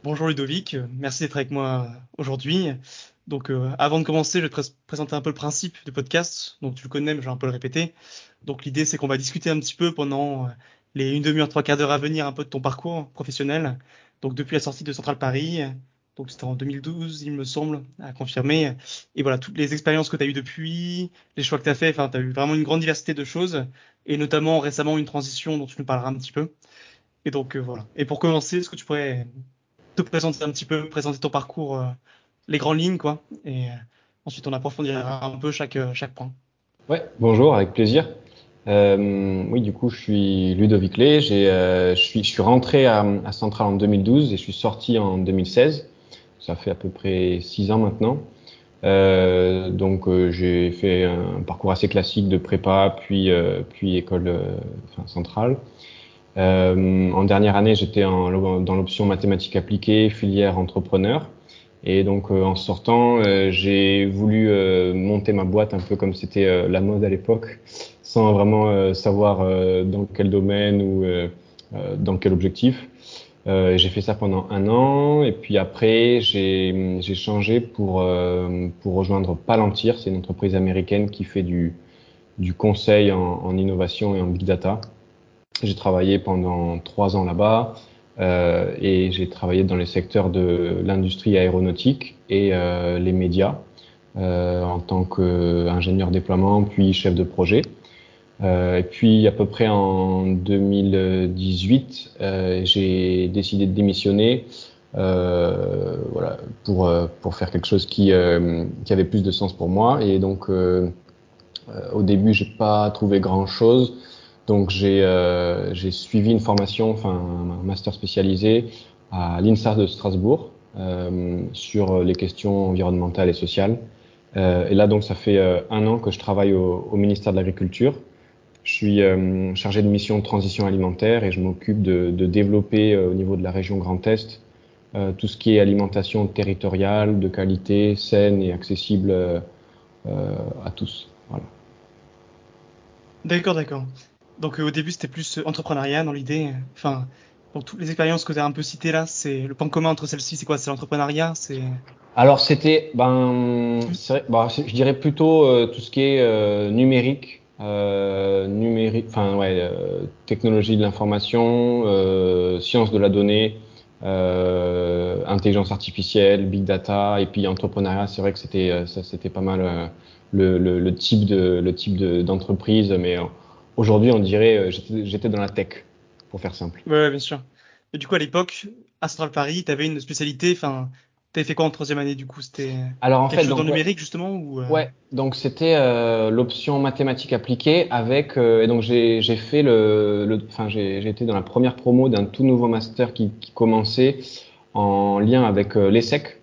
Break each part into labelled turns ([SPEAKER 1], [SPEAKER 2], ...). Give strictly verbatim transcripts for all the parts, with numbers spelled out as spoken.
[SPEAKER 1] Bonjour Ludovic, euh, merci d'être avec moi euh, aujourd'hui. Donc, euh, avant de commencer, je vais te pré- présenter un peu le principe du podcast. Donc, tu le connais, mais je vais un peu le répéter. Donc, l'idée, c'est qu'on va discuter un petit peu pendant euh, les une demi-heure, trois quarts d'heure à venir, un peu de ton parcours professionnel. Donc, depuis la sortie de Central Paris, donc c'était en deux mille douze, il me semble, à confirmer. Et voilà, toutes les expériences que tu as eues depuis, les choix que tu as fait. Enfin, tu as eu vraiment une grande diversité de choses, et notamment récemment une transition dont tu nous parleras un petit peu. Et donc, euh, voilà. Et pour commencer, est-ce que tu pourrais te présenter un petit peu, présenter ton parcours, euh, les grandes lignes, quoi. Et euh, ensuite, on approfondira un peu chaque, euh, chaque point.
[SPEAKER 2] Ouais, bonjour, avec plaisir. Euh, oui, du coup, je suis Ludovic Lay. J'ai, euh, je suis, je suis rentré à, à Centrale en deux mille douze et je suis sorti en deux mille seize. Ça fait à peu près six ans maintenant. Euh, donc, euh, j'ai fait un parcours assez classique de prépa, puis, euh, puis école, euh, enfin, centrale. Euh, en dernière année, j'étais en, dans l'option mathématiques appliquées, filière entrepreneur. Et donc, euh, en sortant, euh, j'ai voulu euh, monter ma boîte un peu comme c'était euh, la mode à l'époque, sans vraiment euh, savoir euh, dans quel domaine ou euh, euh, dans quel objectif. Euh, j'ai fait ça pendant un an, et puis après, j'ai j'ai changé pour euh, pour rejoindre Palantir. C'est une entreprise américaine qui fait du du conseil en, en innovation et en big data. J'ai travaillé pendant trois ans là-bas euh, et j'ai travaillé dans les secteurs de l'industrie aéronautique et euh, les médias euh, en tant qu'ingénieur déploiement puis chef de projet. Euh, et puis à peu près en deux mille dix-huit, euh, j'ai décidé de démissionner euh, voilà, pour, euh, pour faire quelque chose qui, euh, qui avait plus de sens pour moi. Et donc euh, euh, au début, j'ai pas trouvé grand-chose. Donc j'ai euh, j'ai suivi une formation, enfin un master spécialisé à l'INSA de Strasbourg euh, sur les questions environnementales et sociales. Euh, et là donc ça fait euh, un an que je travaille au, au ministère de l'Agriculture. Je suis euh, chargé de mission de transition alimentaire et je m'occupe de, de développer euh, au niveau de la région Grand Est euh, tout ce qui est alimentation territoriale, de qualité, saine et accessible euh, à tous. Voilà.
[SPEAKER 1] D'accord, d'accord. Donc, euh, au début, c'était plus euh, entrepreneuriat dans l'idée. Enfin, donc, toutes les expériences que tu as un peu citées là, c'est le point commun entre celles-ci, c'est quoi? C'est l'entrepreneuriat, c'est.
[SPEAKER 2] Alors c'était, ben,
[SPEAKER 1] Hmm.
[SPEAKER 2] c'est vrai- bah, c'est- je dirais plutôt euh, tout ce qui est euh, numérique, euh, numérique, enfin ouais, euh, technologie de l'information, euh, sciences de la donnée, euh, intelligence artificielle, big data, et puis entrepreneuriat. C'est vrai que c'était, euh, ça, c'était pas mal euh, le, le, le type de, le type de, d'entreprise, mais euh, aujourd'hui on dirait, euh, j'étais, j'étais dans la tech, pour faire simple.
[SPEAKER 1] Ouais, ouais, bien sûr. Et du coup, à l'époque, à Central Paris, tu avais une spécialité. Enfin, t'avais fait quoi en troisième année, du coup? C'était
[SPEAKER 2] Alors en
[SPEAKER 1] quelque
[SPEAKER 2] fait,
[SPEAKER 1] chose dans
[SPEAKER 2] donc
[SPEAKER 1] le
[SPEAKER 2] ouais,
[SPEAKER 1] numérique, justement, ou euh,
[SPEAKER 2] Ouais, donc c'était euh, l'option mathématiques appliquées avec euh, et donc j'ai j'ai fait le, le enfin j'ai j'ai été dans la première promo d'un tout nouveau master qui, qui commençait en lien avec euh, l'ESSEC,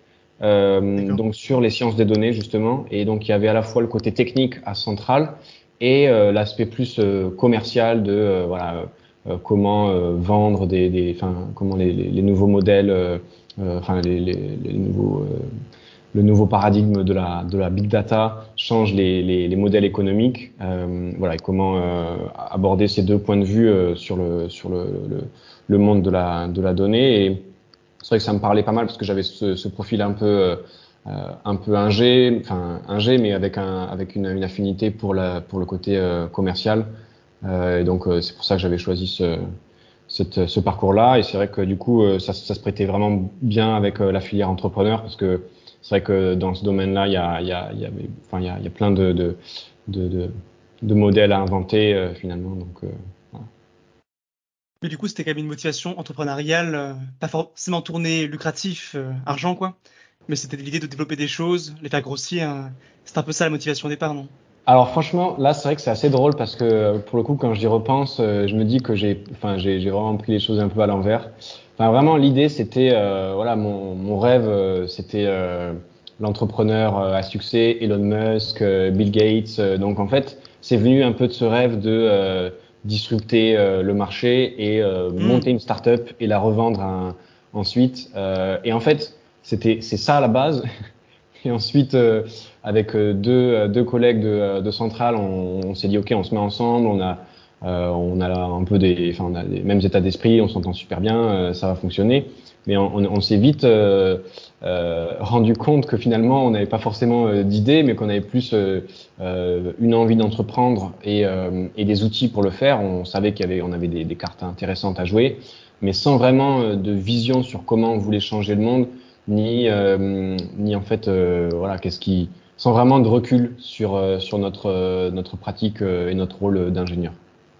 [SPEAKER 2] euh,
[SPEAKER 1] D'accord.
[SPEAKER 2] donc sur les sciences des données justement, et donc il y avait à la fois le côté technique à Centrale et euh, l'aspect plus euh, commercial de euh, voilà euh, comment euh, vendre des des enfin comment les, les, les nouveaux modèles euh, euh, enfin les, les, les nouveaux euh, le nouveau paradigme de la, de la big data change les, les, les modèles économiques. Euh, voilà, et comment euh, aborder ces deux points de vue euh, sur le sur le, le, le monde de la de la donnée. Et c'est vrai que ça me parlait pas mal parce que j'avais ce, ce profil un peu euh, un peu ingé, enfin ingé, mais avec un avec une, une affinité pour la pour le côté euh, commercial. Euh, et donc euh, c'est pour ça que j'avais choisi ce cette, ce parcours-là. Et c'est vrai que du coup, euh, ça, ça se prêtait vraiment bien avec euh, la filière entrepreneur parce que c'est vrai que dans ce domaine-là, il y a, il y a, il y a, enfin, il y a, il y a plein de, de, de, de, de modèles à inventer euh, finalement. Donc, euh, voilà.
[SPEAKER 1] Mais du coup, c'était quand même une motivation entrepreneuriale, euh, pas forcément tournée lucratif, euh, argent, quoi. Mais c'était l'idée de développer des choses, les faire grossir. euh, C'était un peu ça la motivation au départ, non?
[SPEAKER 2] Alors franchement, là, c'est vrai que c'est assez drôle parce que euh, pour le coup, quand j'y repense, euh, je me dis que j'ai, enfin, j'ai, j'ai vraiment pris les choses un peu à l'envers. Enfin, vraiment, l'idée, c'était, euh, voilà, mon, mon rêve, euh, c'était euh, l'entrepreneur euh, à succès, Elon Musk, euh, Bill Gates. Euh, donc en fait, c'est venu un peu de ce rêve de euh, disrupter euh, le marché et euh, monter
[SPEAKER 1] Hmm.
[SPEAKER 2] une start-up et la revendre un- ensuite. Euh, et en fait, c'était, c'est ça à la base. Et ensuite, euh, avec euh, deux, euh, deux collègues de, euh, de Centrale, on, on s'est dit ok, on se met ensemble, on a, euh, on a un peu des, enfin, on a les mêmes états d'esprit, on s'entend super bien, euh, ça va fonctionner. mais on, on, on s'est vite euh, euh, rendu compte que finalement on n'avait pas forcément euh, d'idées, mais qu'on avait plus euh, euh, une envie d'entreprendre et, euh, et des outils pour le faire. On savait qu'il y avait, on avait des, des cartes intéressantes à jouer, mais sans vraiment euh, de vision sur comment on voulait changer le monde, ni euh, ni en fait euh, voilà qu'est-ce qui, sans vraiment de recul sur euh, sur notre euh, notre pratique euh, et notre rôle d'ingénieur.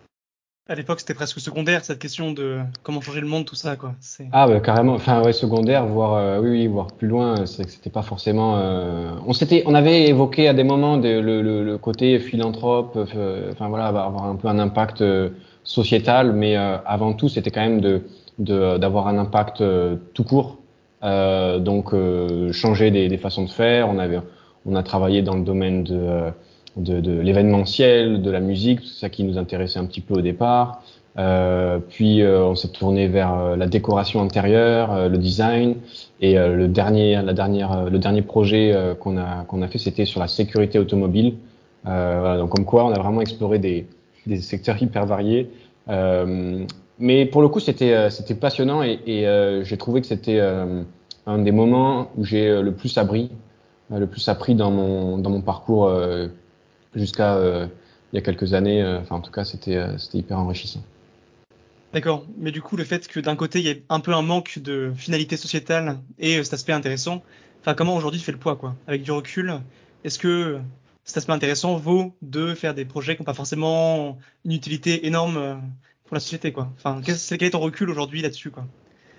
[SPEAKER 1] À l'époque, c'était presque secondaire, cette question de comment changer le monde, tout ça, quoi. C'est...
[SPEAKER 2] Ah bah, carrément, enfin ouais, secondaire, voire euh, oui, oui, voire plus loin, c'est que c'était pas forcément. Euh, on s'était, on avait évoqué à des moments de, le, le, le côté philanthrope, euh, enfin voilà, avoir un peu un impact euh, sociétal, mais euh, avant tout, c'était quand même de, de d'avoir un impact euh, tout court. Euh, donc euh, changer des, des façons de faire. On avait, on a travaillé dans le domaine de euh, de, de l'événementiel, de la musique, c'est ça qui nous intéressait un petit peu au départ. Euh, puis euh, on s'est tourné vers euh, la décoration intérieure, euh, le design, et euh, le dernier, la dernière, euh, le dernier projet euh, qu'on a qu'on a fait, c'était sur la sécurité automobile. Euh, voilà, donc comme quoi, on a vraiment exploré des des secteurs hyper variés. Euh, mais pour le coup, c'était euh, c'était passionnant et, et euh, j'ai trouvé que c'était euh, un des moments où j'ai euh, le plus appris, euh, le plus appris dans mon dans mon parcours euh, jusqu'à euh, il y a quelques années. euh, Enfin, en tout cas, c'était euh, c'était hyper enrichissant.
[SPEAKER 1] D'accord. Mais du coup, le fait que d'un côté, il y ait un peu un manque de finalité sociétale et euh, cet aspect intéressant, enfin, comment aujourd'hui tu fais le poids, quoi? Avec du recul, est-ce que cet aspect intéressant vaut de faire des projets qui n'ont pas forcément une utilité énorme euh, pour la société, quoi? Enfin, quel quel est ton recul aujourd'hui là-dessus, quoi?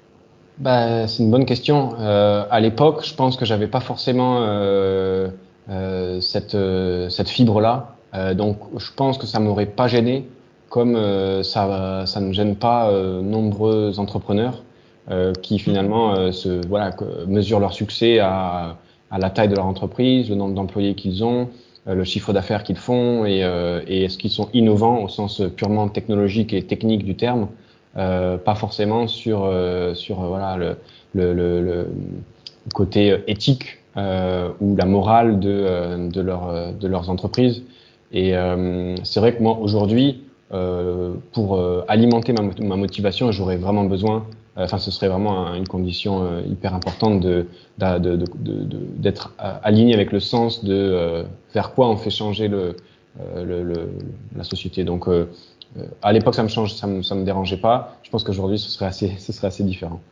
[SPEAKER 2] Bah, c'est une bonne question. Euh, à l'époque, je pense que j'avais pas forcément euh, euh, cette euh, cette fibre-là. Euh, donc, je pense que ça m'aurait pas gêné, comme euh, ça ça ne gêne pas euh, nombreux entrepreneurs euh, qui
[SPEAKER 1] Hmm.
[SPEAKER 2] finalement euh, se voilà que- mesurent leur succès à à la taille de leur entreprise, le nombre d'employés qu'ils ont, euh, le chiffre d'affaires qu'ils font et euh, et est-ce qu'ils sont innovants au sens purement technologique et technique du terme. Euh, pas forcément sur euh, sur euh, voilà le, le, le, le côté éthique euh, ou la morale de euh, de leur euh, de leurs entreprises. Et euh, c'est vrai que moi aujourd'hui, euh, pour euh, alimenter ma, ma motivation, j'aurais vraiment besoin. Enfin, ce serait vraiment un, une condition euh, hyper importante de de, de, de, de d'être aligné avec le sens de euh, vers quoi on fait changer le, euh, le, le la société. Donc euh, euh, à l'époque, ça me change, ça me, ça me dérangeait pas. Je pense qu'aujourd'hui, ce serait assez, ce serait assez différent.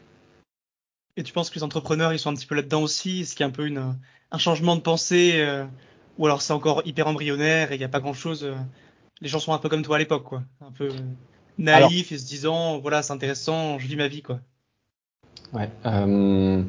[SPEAKER 1] Et tu penses que les entrepreneurs, ils sont un petit peu là-dedans aussi? Est-ce qu'il y a un peu une, un changement de pensée, euh, ou alors c'est encore hyper embryonnaire et il n'y a pas grand-chose, euh, les gens sont un peu comme toi à l'époque, quoi. Un peu euh,
[SPEAKER 2] Alors,
[SPEAKER 1] naïfs et se disant, voilà, c'est intéressant, je vis ma vie, quoi.
[SPEAKER 2] ouais, euh,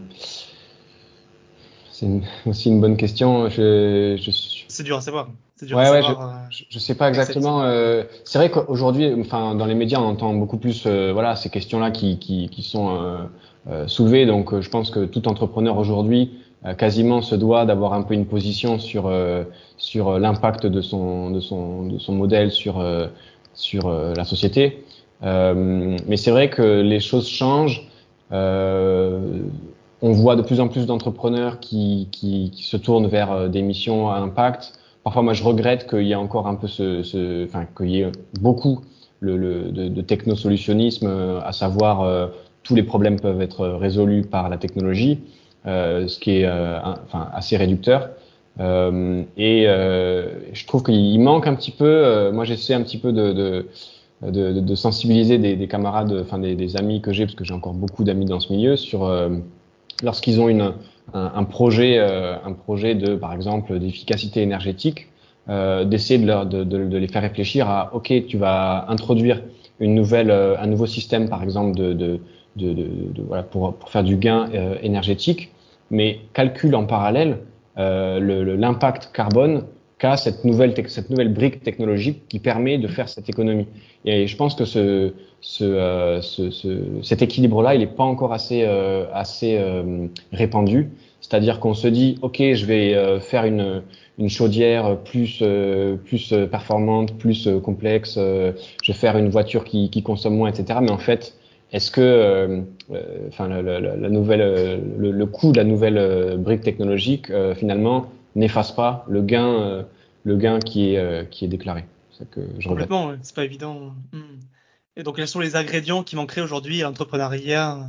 [SPEAKER 2] c'est une- aussi une bonne question. Je, je, suis-
[SPEAKER 1] C'est dur à savoir. C'est dur à
[SPEAKER 2] ouais, ouais, je,
[SPEAKER 1] savoir, euh,
[SPEAKER 2] je, je sais pas
[SPEAKER 1] accepte.
[SPEAKER 2] exactement. Euh, c'est vrai qu'aujourd'hui, enfin, dans les médias, on entend beaucoup plus, euh, voilà, ces questions-là qui, qui, qui sont euh, euh, soulevées. Donc, euh, je pense que tout entrepreneur aujourd'hui, euh, quasiment, se doit d'avoir un peu une position sur euh, sur euh, l'impact de son de son de son modèle sur euh, sur euh, la société. Euh, mais c'est vrai que les choses changent. Euh, on voit de plus en plus d'entrepreneurs qui, qui, qui se tournent vers euh, des missions à impact. Parfois, moi, je regrette qu'il y ait encore un peu ce, ce enfin, qu'il y ait beaucoup le, le, de, de technosolutionnisme, euh, à savoir euh, tous les problèmes peuvent être résolus par la technologie, euh, ce qui est euh, un, enfin, assez réducteur. Euh, et euh, je trouve qu'il manque un petit peu. Euh, moi, j'essaie un petit peu de, de, de, de sensibiliser des, des camarades, enfin des, des amis que j'ai, parce que j'ai encore beaucoup d'amis dans ce milieu, sur euh, lorsqu'ils ont une, un, un projet, euh, un projet de, par exemple, d'efficacité énergétique, euh, d'essayer de, leur, de, de, de les faire réfléchir à, ok, tu vas introduire une nouvelle, euh, un nouveau système, par exemple, de, de, de, de, de voilà, pour, pour faire du gain euh, énergétique, mais calcule en parallèle euh, le, le, l'impact carbone qu'a cette nouvelle, cette nouvelle brique technologique qui permet de faire cette économie. Et je pense que ce, ce, euh, ce, ce, cet équilibre-là, il n'est pas encore assez, euh, assez euh, répandu. C'est-à-dire qu'on se dit, ok, je vais euh, faire une, une chaudière plus, euh, plus performante, plus euh, complexe. Euh, je vais faire une voiture qui, qui consomme moins, et cetera. Mais en fait, est-ce que, euh, euh, enfin, la, la, la nouvelle, euh, le, le coût de la nouvelle euh, brique technologique, euh, finalement, n'efface pas le gain, euh, le gain qui est, euh, qui est déclaré. C'est ça que je regrette.
[SPEAKER 1] Complètement, ouais, c'est pas évident. Hmm. Et donc, quels sont les ingrédients qui manqueraient aujourd'hui à l'entrepreneuriat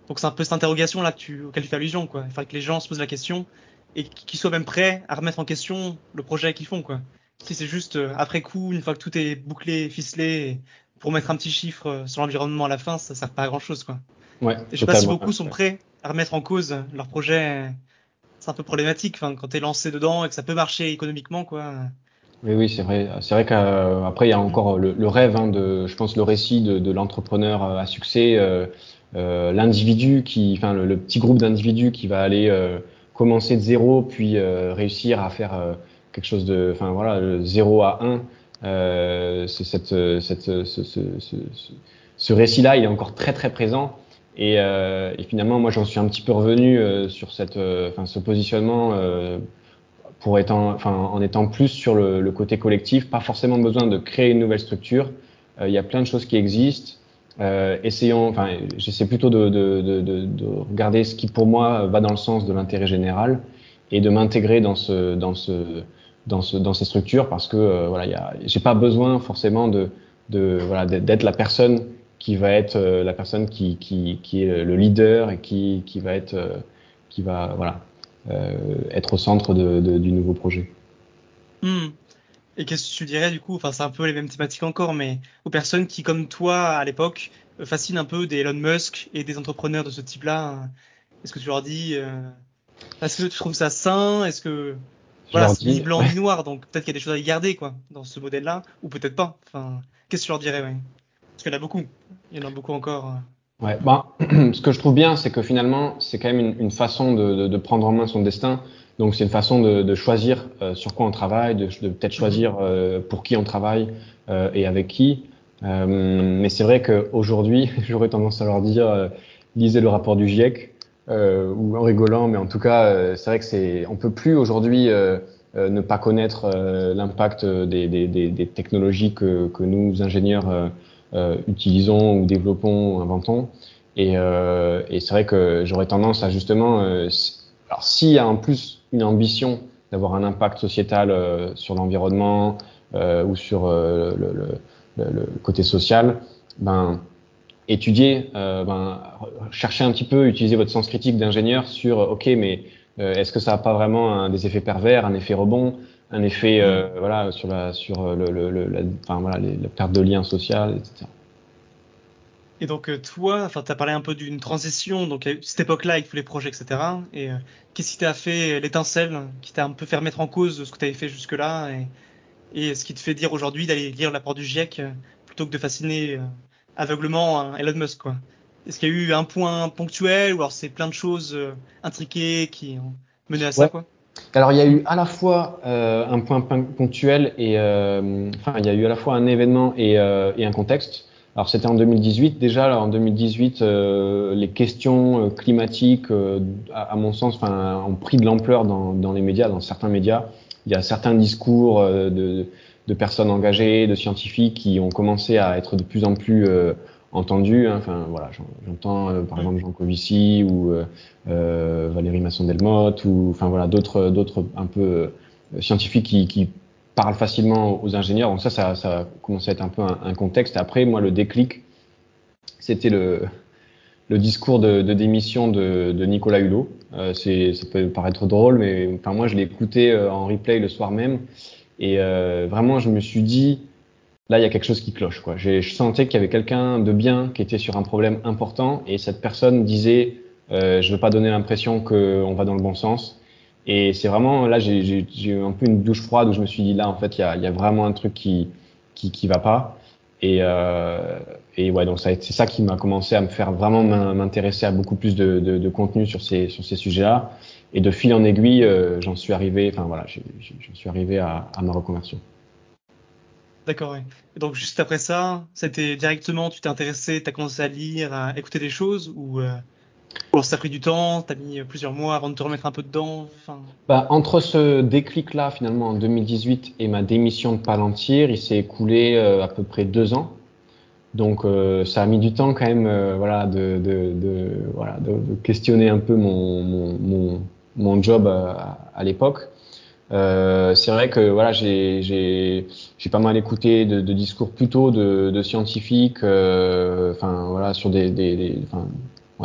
[SPEAKER 1] Donc c'est un peu cette interrogation là que tu, auquel tu fais allusion, quoi. Il faudrait que les gens se posent la question et qu'ils soient même prêts à remettre en question le projet qu'ils font, quoi. Si c'est juste euh, après coup, une fois que tout est bouclé, ficelé, et pour mettre un petit chiffre euh, sur l'environnement à la fin, ça sert pas à grand chose, quoi.
[SPEAKER 2] Ouais,
[SPEAKER 1] Et je sais pas si
[SPEAKER 2] totalement.
[SPEAKER 1] beaucoup sont prêts à remettre en cause leur projet. C'est un peu problématique, enfin, quand t'es lancé dedans et que ça peut marcher économiquement, quoi.
[SPEAKER 2] Oui, oui, c'est vrai. C'est vrai qu'après, il y a encore le, le rêve, hein, de, je pense, le récit de, de l'entrepreneur à succès, euh, euh, l'individu qui, enfin, le, le petit groupe d'individus qui va aller euh, commencer de zéro, puis euh, réussir à faire euh, quelque chose de, enfin voilà, de zéro à un. Euh, c'est cette, cette, ce, ce, ce, ce, ce récit-là, il est encore très très présent. Et, euh, et finalement, moi, j'en suis un petit peu revenu euh, sur cette, euh, enfin, ce positionnement. Euh, pour étant, enfin, en étant plus sur le, le côté collectif, pas forcément besoin de créer une nouvelle structure. Euh, il y a plein de choses qui existent. Euh, essayons, enfin, j'essaie plutôt de, de, de, de, de regarder ce qui pour moi va dans le sens de l'intérêt général et de m'intégrer dans ce, dans ce, dans ce, dans ces structures parce que euh, voilà, il y a, j'ai pas besoin forcément de, de voilà, d'être la personne qui va être euh, la personne qui, qui, qui est le leader et qui, qui va être, euh, qui va, voilà, euh, être au centre de, de, du nouveau projet.
[SPEAKER 1] Hmm. Et qu'est-ce que tu dirais du coup, enfin c'est un peu les mêmes thématiques encore, mais aux personnes qui, comme toi à l'époque, euh, fascinent un peu des Elon Musk et des entrepreneurs de ce type-là, hein, est-ce que tu leur dis, euh, est-ce que tu trouves ça sain? Est-ce que,
[SPEAKER 2] Je
[SPEAKER 1] voilà,
[SPEAKER 2] leur
[SPEAKER 1] c'est ni
[SPEAKER 2] dis,
[SPEAKER 1] blanc
[SPEAKER 2] ouais,
[SPEAKER 1] ni noir, donc peut-être qu'il y a des choses à y garder, quoi, dans ce modèle-là, ou peut-être pas. Enfin, qu'est-ce que tu leur dirais, ouais? Parce qu'il y en a beaucoup. Il y en a beaucoup encore. euh.
[SPEAKER 2] ouais. Ben, ce que je trouve bien, c'est que finalement, c'est quand même une, une façon de, de, de prendre en main son destin. Donc, c'est une façon de, de choisir euh, sur quoi on travaille, de, de peut-être
[SPEAKER 1] Mhm.
[SPEAKER 2] choisir euh, pour qui on travaille euh, et avec qui. Euh, mais c'est vrai qu'aujourd'hui, j'aurais tendance à leur dire, euh, lisez le rapport du GIEC, euh, ou en rigolant, mais en tout cas, euh, c'est vrai que c'est, on peut plus aujourd'hui euh, euh, ne pas connaître euh, l'impact des, des, des, des technologies que, que nous ingénieurs euh, euh, utilisons ou développons, ou inventons. Et, euh, et c'est vrai que j'aurais tendance à justement, euh, alors s'il y a en plus une ambition d'avoir un impact sociétal euh, sur l'environnement euh, ou sur euh, le, le, le, le côté social, ben étudier, euh, ben chercher un petit peu, utiliser votre sens critique d'ingénieur sur, ok, mais euh, est-ce que ça n'a pas vraiment un, des effets pervers, un effet rebond, un effet, euh,
[SPEAKER 1] Hmm.
[SPEAKER 2] voilà, sur la, sur le, le, le la, enfin voilà, les, la perte de lien social, et cetera.
[SPEAKER 1] Et donc euh, toi, enfin, t'as parlé un peu d'une transition, donc à cette époque-là avec tous les projets, et cetera. Et euh, qu'est-ce qui t'a fait l'étincelle, qui t'a un peu fait remettre en cause ce que t'avais fait jusque-là, et, et ce qui te fait dire aujourd'hui d'aller lire l'apport du GIEC euh, plutôt que de fasciner euh, aveuglément un Elon Musk, quoi. Est-ce qu'il y a eu un point ponctuel, ou alors c'est plein de choses euh, intriquées qui ont mené à ça,
[SPEAKER 2] Ouais.
[SPEAKER 1] quoi?
[SPEAKER 2] Alors il y a eu à la fois euh, un point pun- ponctuel et euh, enfin il y a eu à la fois un événement et, euh, et un contexte. Alors c'était en deux mille dix-huit déjà. Là, en deux mille dix-huit, euh, les questions euh, climatiques, euh, à, à mon sens, enfin ont pris de l'ampleur dans, dans les médias, dans certains médias. Il y a certains discours euh, de, de personnes engagées, de scientifiques qui ont commencé à être de plus en plus euh, entendus, hein. Enfin voilà, j'en- j'entends euh, par
[SPEAKER 1] Hmm.
[SPEAKER 2] exemple Jean Covici ou euh, euh, Valérie Masson-Delmotte ou enfin voilà d'autres d'autres un peu euh, scientifiques qui, qui parlent facilement aux ingénieurs. Donc ça, ça, ça a commencé à être un peu un, un contexte. Après, moi, le déclic, c'était le, le discours de, de démission de, de Nicolas Hulot. Euh, c'est, ça peut paraître drôle, mais enfin moi, je l'ai écouté euh, en replay le soir même, et euh, vraiment, je me suis dit, là, il y a quelque chose qui cloche, quoi. J'ai, je sentais qu'il y avait quelqu'un de bien qui était sur un problème important, et cette personne disait, euh, je veux pas donner l'impression qu'on va dans le bon sens. Et c'est vraiment, là, j'ai, j'ai, j'ai eu un peu une douche froide où je me suis dit, là, en fait, il y a, il y a vraiment un truc qui, qui, qui va pas. Et, euh, et ouais, donc ça, a été- c'est ça qui m'a commencé à me faire vraiment m'in- m'intéresser à beaucoup plus de, de, de contenu sur ces, sur ces sujets-là. Et de fil en aiguille, euh, j'en suis arrivé, enfin voilà, j'ai- j'ai- j'en suis arrivé à, à ma reconversion.
[SPEAKER 1] D'accord, ouais. Et donc juste après ça, c'était directement, tu t'es intéressé, t'as commencé à lire, à écouter des choses, ou euh, ou alors ça a pris du temps, t'as mis euh, plusieurs mois avant de te remettre un peu dedans, enfin.
[SPEAKER 2] Bah, entre ce déclic-là, finalement, en deux mille dix-huit et ma démission de Palantir, il s'est écoulé euh, à peu près deux ans. Donc, euh, ça a mis du temps quand même, euh, voilà, de, de, de, voilà, de, de questionner un peu mon, mon, mon, mon job à, à l'époque. Euh, c'est vrai que voilà, j'ai, j'ai, j'ai pas mal écouté de, de discours plutôt de, de scientifiques, euh, enfin voilà, sur des, des, des enfin, on va dire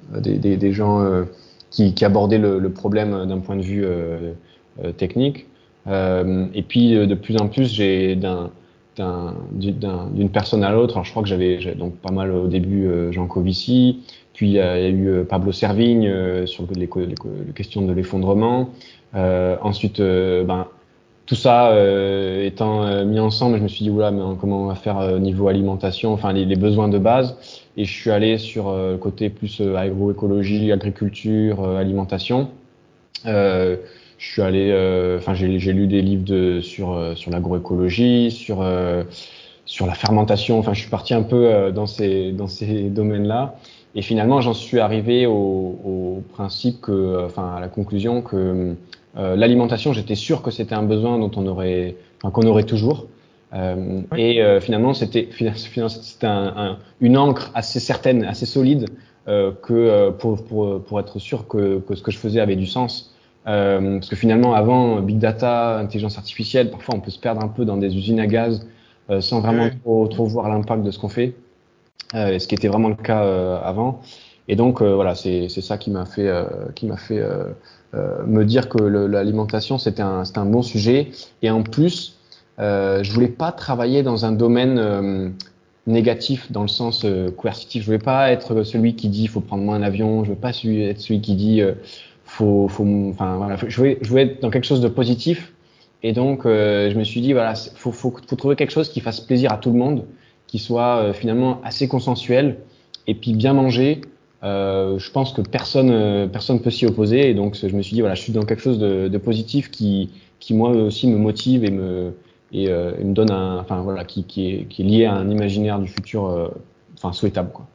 [SPEAKER 2] des, des, des gens euh, qui, qui abordaient le, le problème d'un point de vue euh, euh, technique. Euh, et puis de plus en plus, j'ai d'un, d'un, d'un, d'une personne à l'autre. Alors je crois que j'avais, j'avais donc pas mal au début euh, Jean Covici, puis il y a, il y a eu euh, Pablo Servigne euh, sur les, les, les questions de l'effondrement. Euh, ensuite, euh, ben tout ça euh, étant euh, mis ensemble, je me suis dit oula, mais comment on va faire euh, niveau alimentation, enfin les, les besoins de base. Et je suis allé sur euh, le côté plus euh, agroécologie, agriculture, euh, alimentation. Euh, je suis allé, euh, enfin j'ai, j'ai lu des livres de sur euh, sur l'agroécologie, sur euh, sur la fermentation. Enfin, je suis parti un peu euh, dans ces dans ces domaines-là. Et finalement, j'en suis arrivé au, au principe que, enfin, à la conclusion que euh, l'alimentation, j'étais sûr que c'était un besoin dont on aurait, enfin, qu'on aurait toujours. Euh,
[SPEAKER 1] Ouais.
[SPEAKER 2] et euh, finalement, c'était finalement c'était un, un, une encre assez certaine, assez solide, euh, que euh, pour pour pour être sûr que que ce que je faisais avait du sens. Euh, parce que finalement, avant, big data, intelligence artificielle, parfois on peut se perdre un peu dans des usines à gaz euh, sans vraiment
[SPEAKER 1] Ouais.
[SPEAKER 2] trop, trop voir l'impact de ce qu'on fait, euh, ce qui était vraiment le cas euh, avant. Et donc euh, voilà, c'est c'est ça qui m'a fait euh, qui m'a fait euh, euh, me dire que le, l'alimentation c'était un c'était un bon sujet. Et en plus, euh, je voulais pas travailler dans un domaine euh, négatif dans le sens euh, coercitif. Je voulais pas être celui qui dit il faut prendre moins l'avion. Je veux pas celui, être celui qui dit euh, faut faut enfin voilà. Je voulais je voulais être dans quelque chose de positif. Et donc euh, je me suis dit voilà, faut faut faut trouver quelque chose qui fasse plaisir à tout le monde, qui soit euh, finalement assez consensuel et puis bien mangé. Euh, je pense que personne euh, personne peut s'y opposer, et donc je me suis dit voilà, je suis dans quelque chose de, de positif qui qui moi aussi me motive et me et, euh, et me donne un enfin voilà qui qui est qui est lié à un imaginaire du futur euh, enfin souhaitable quoi.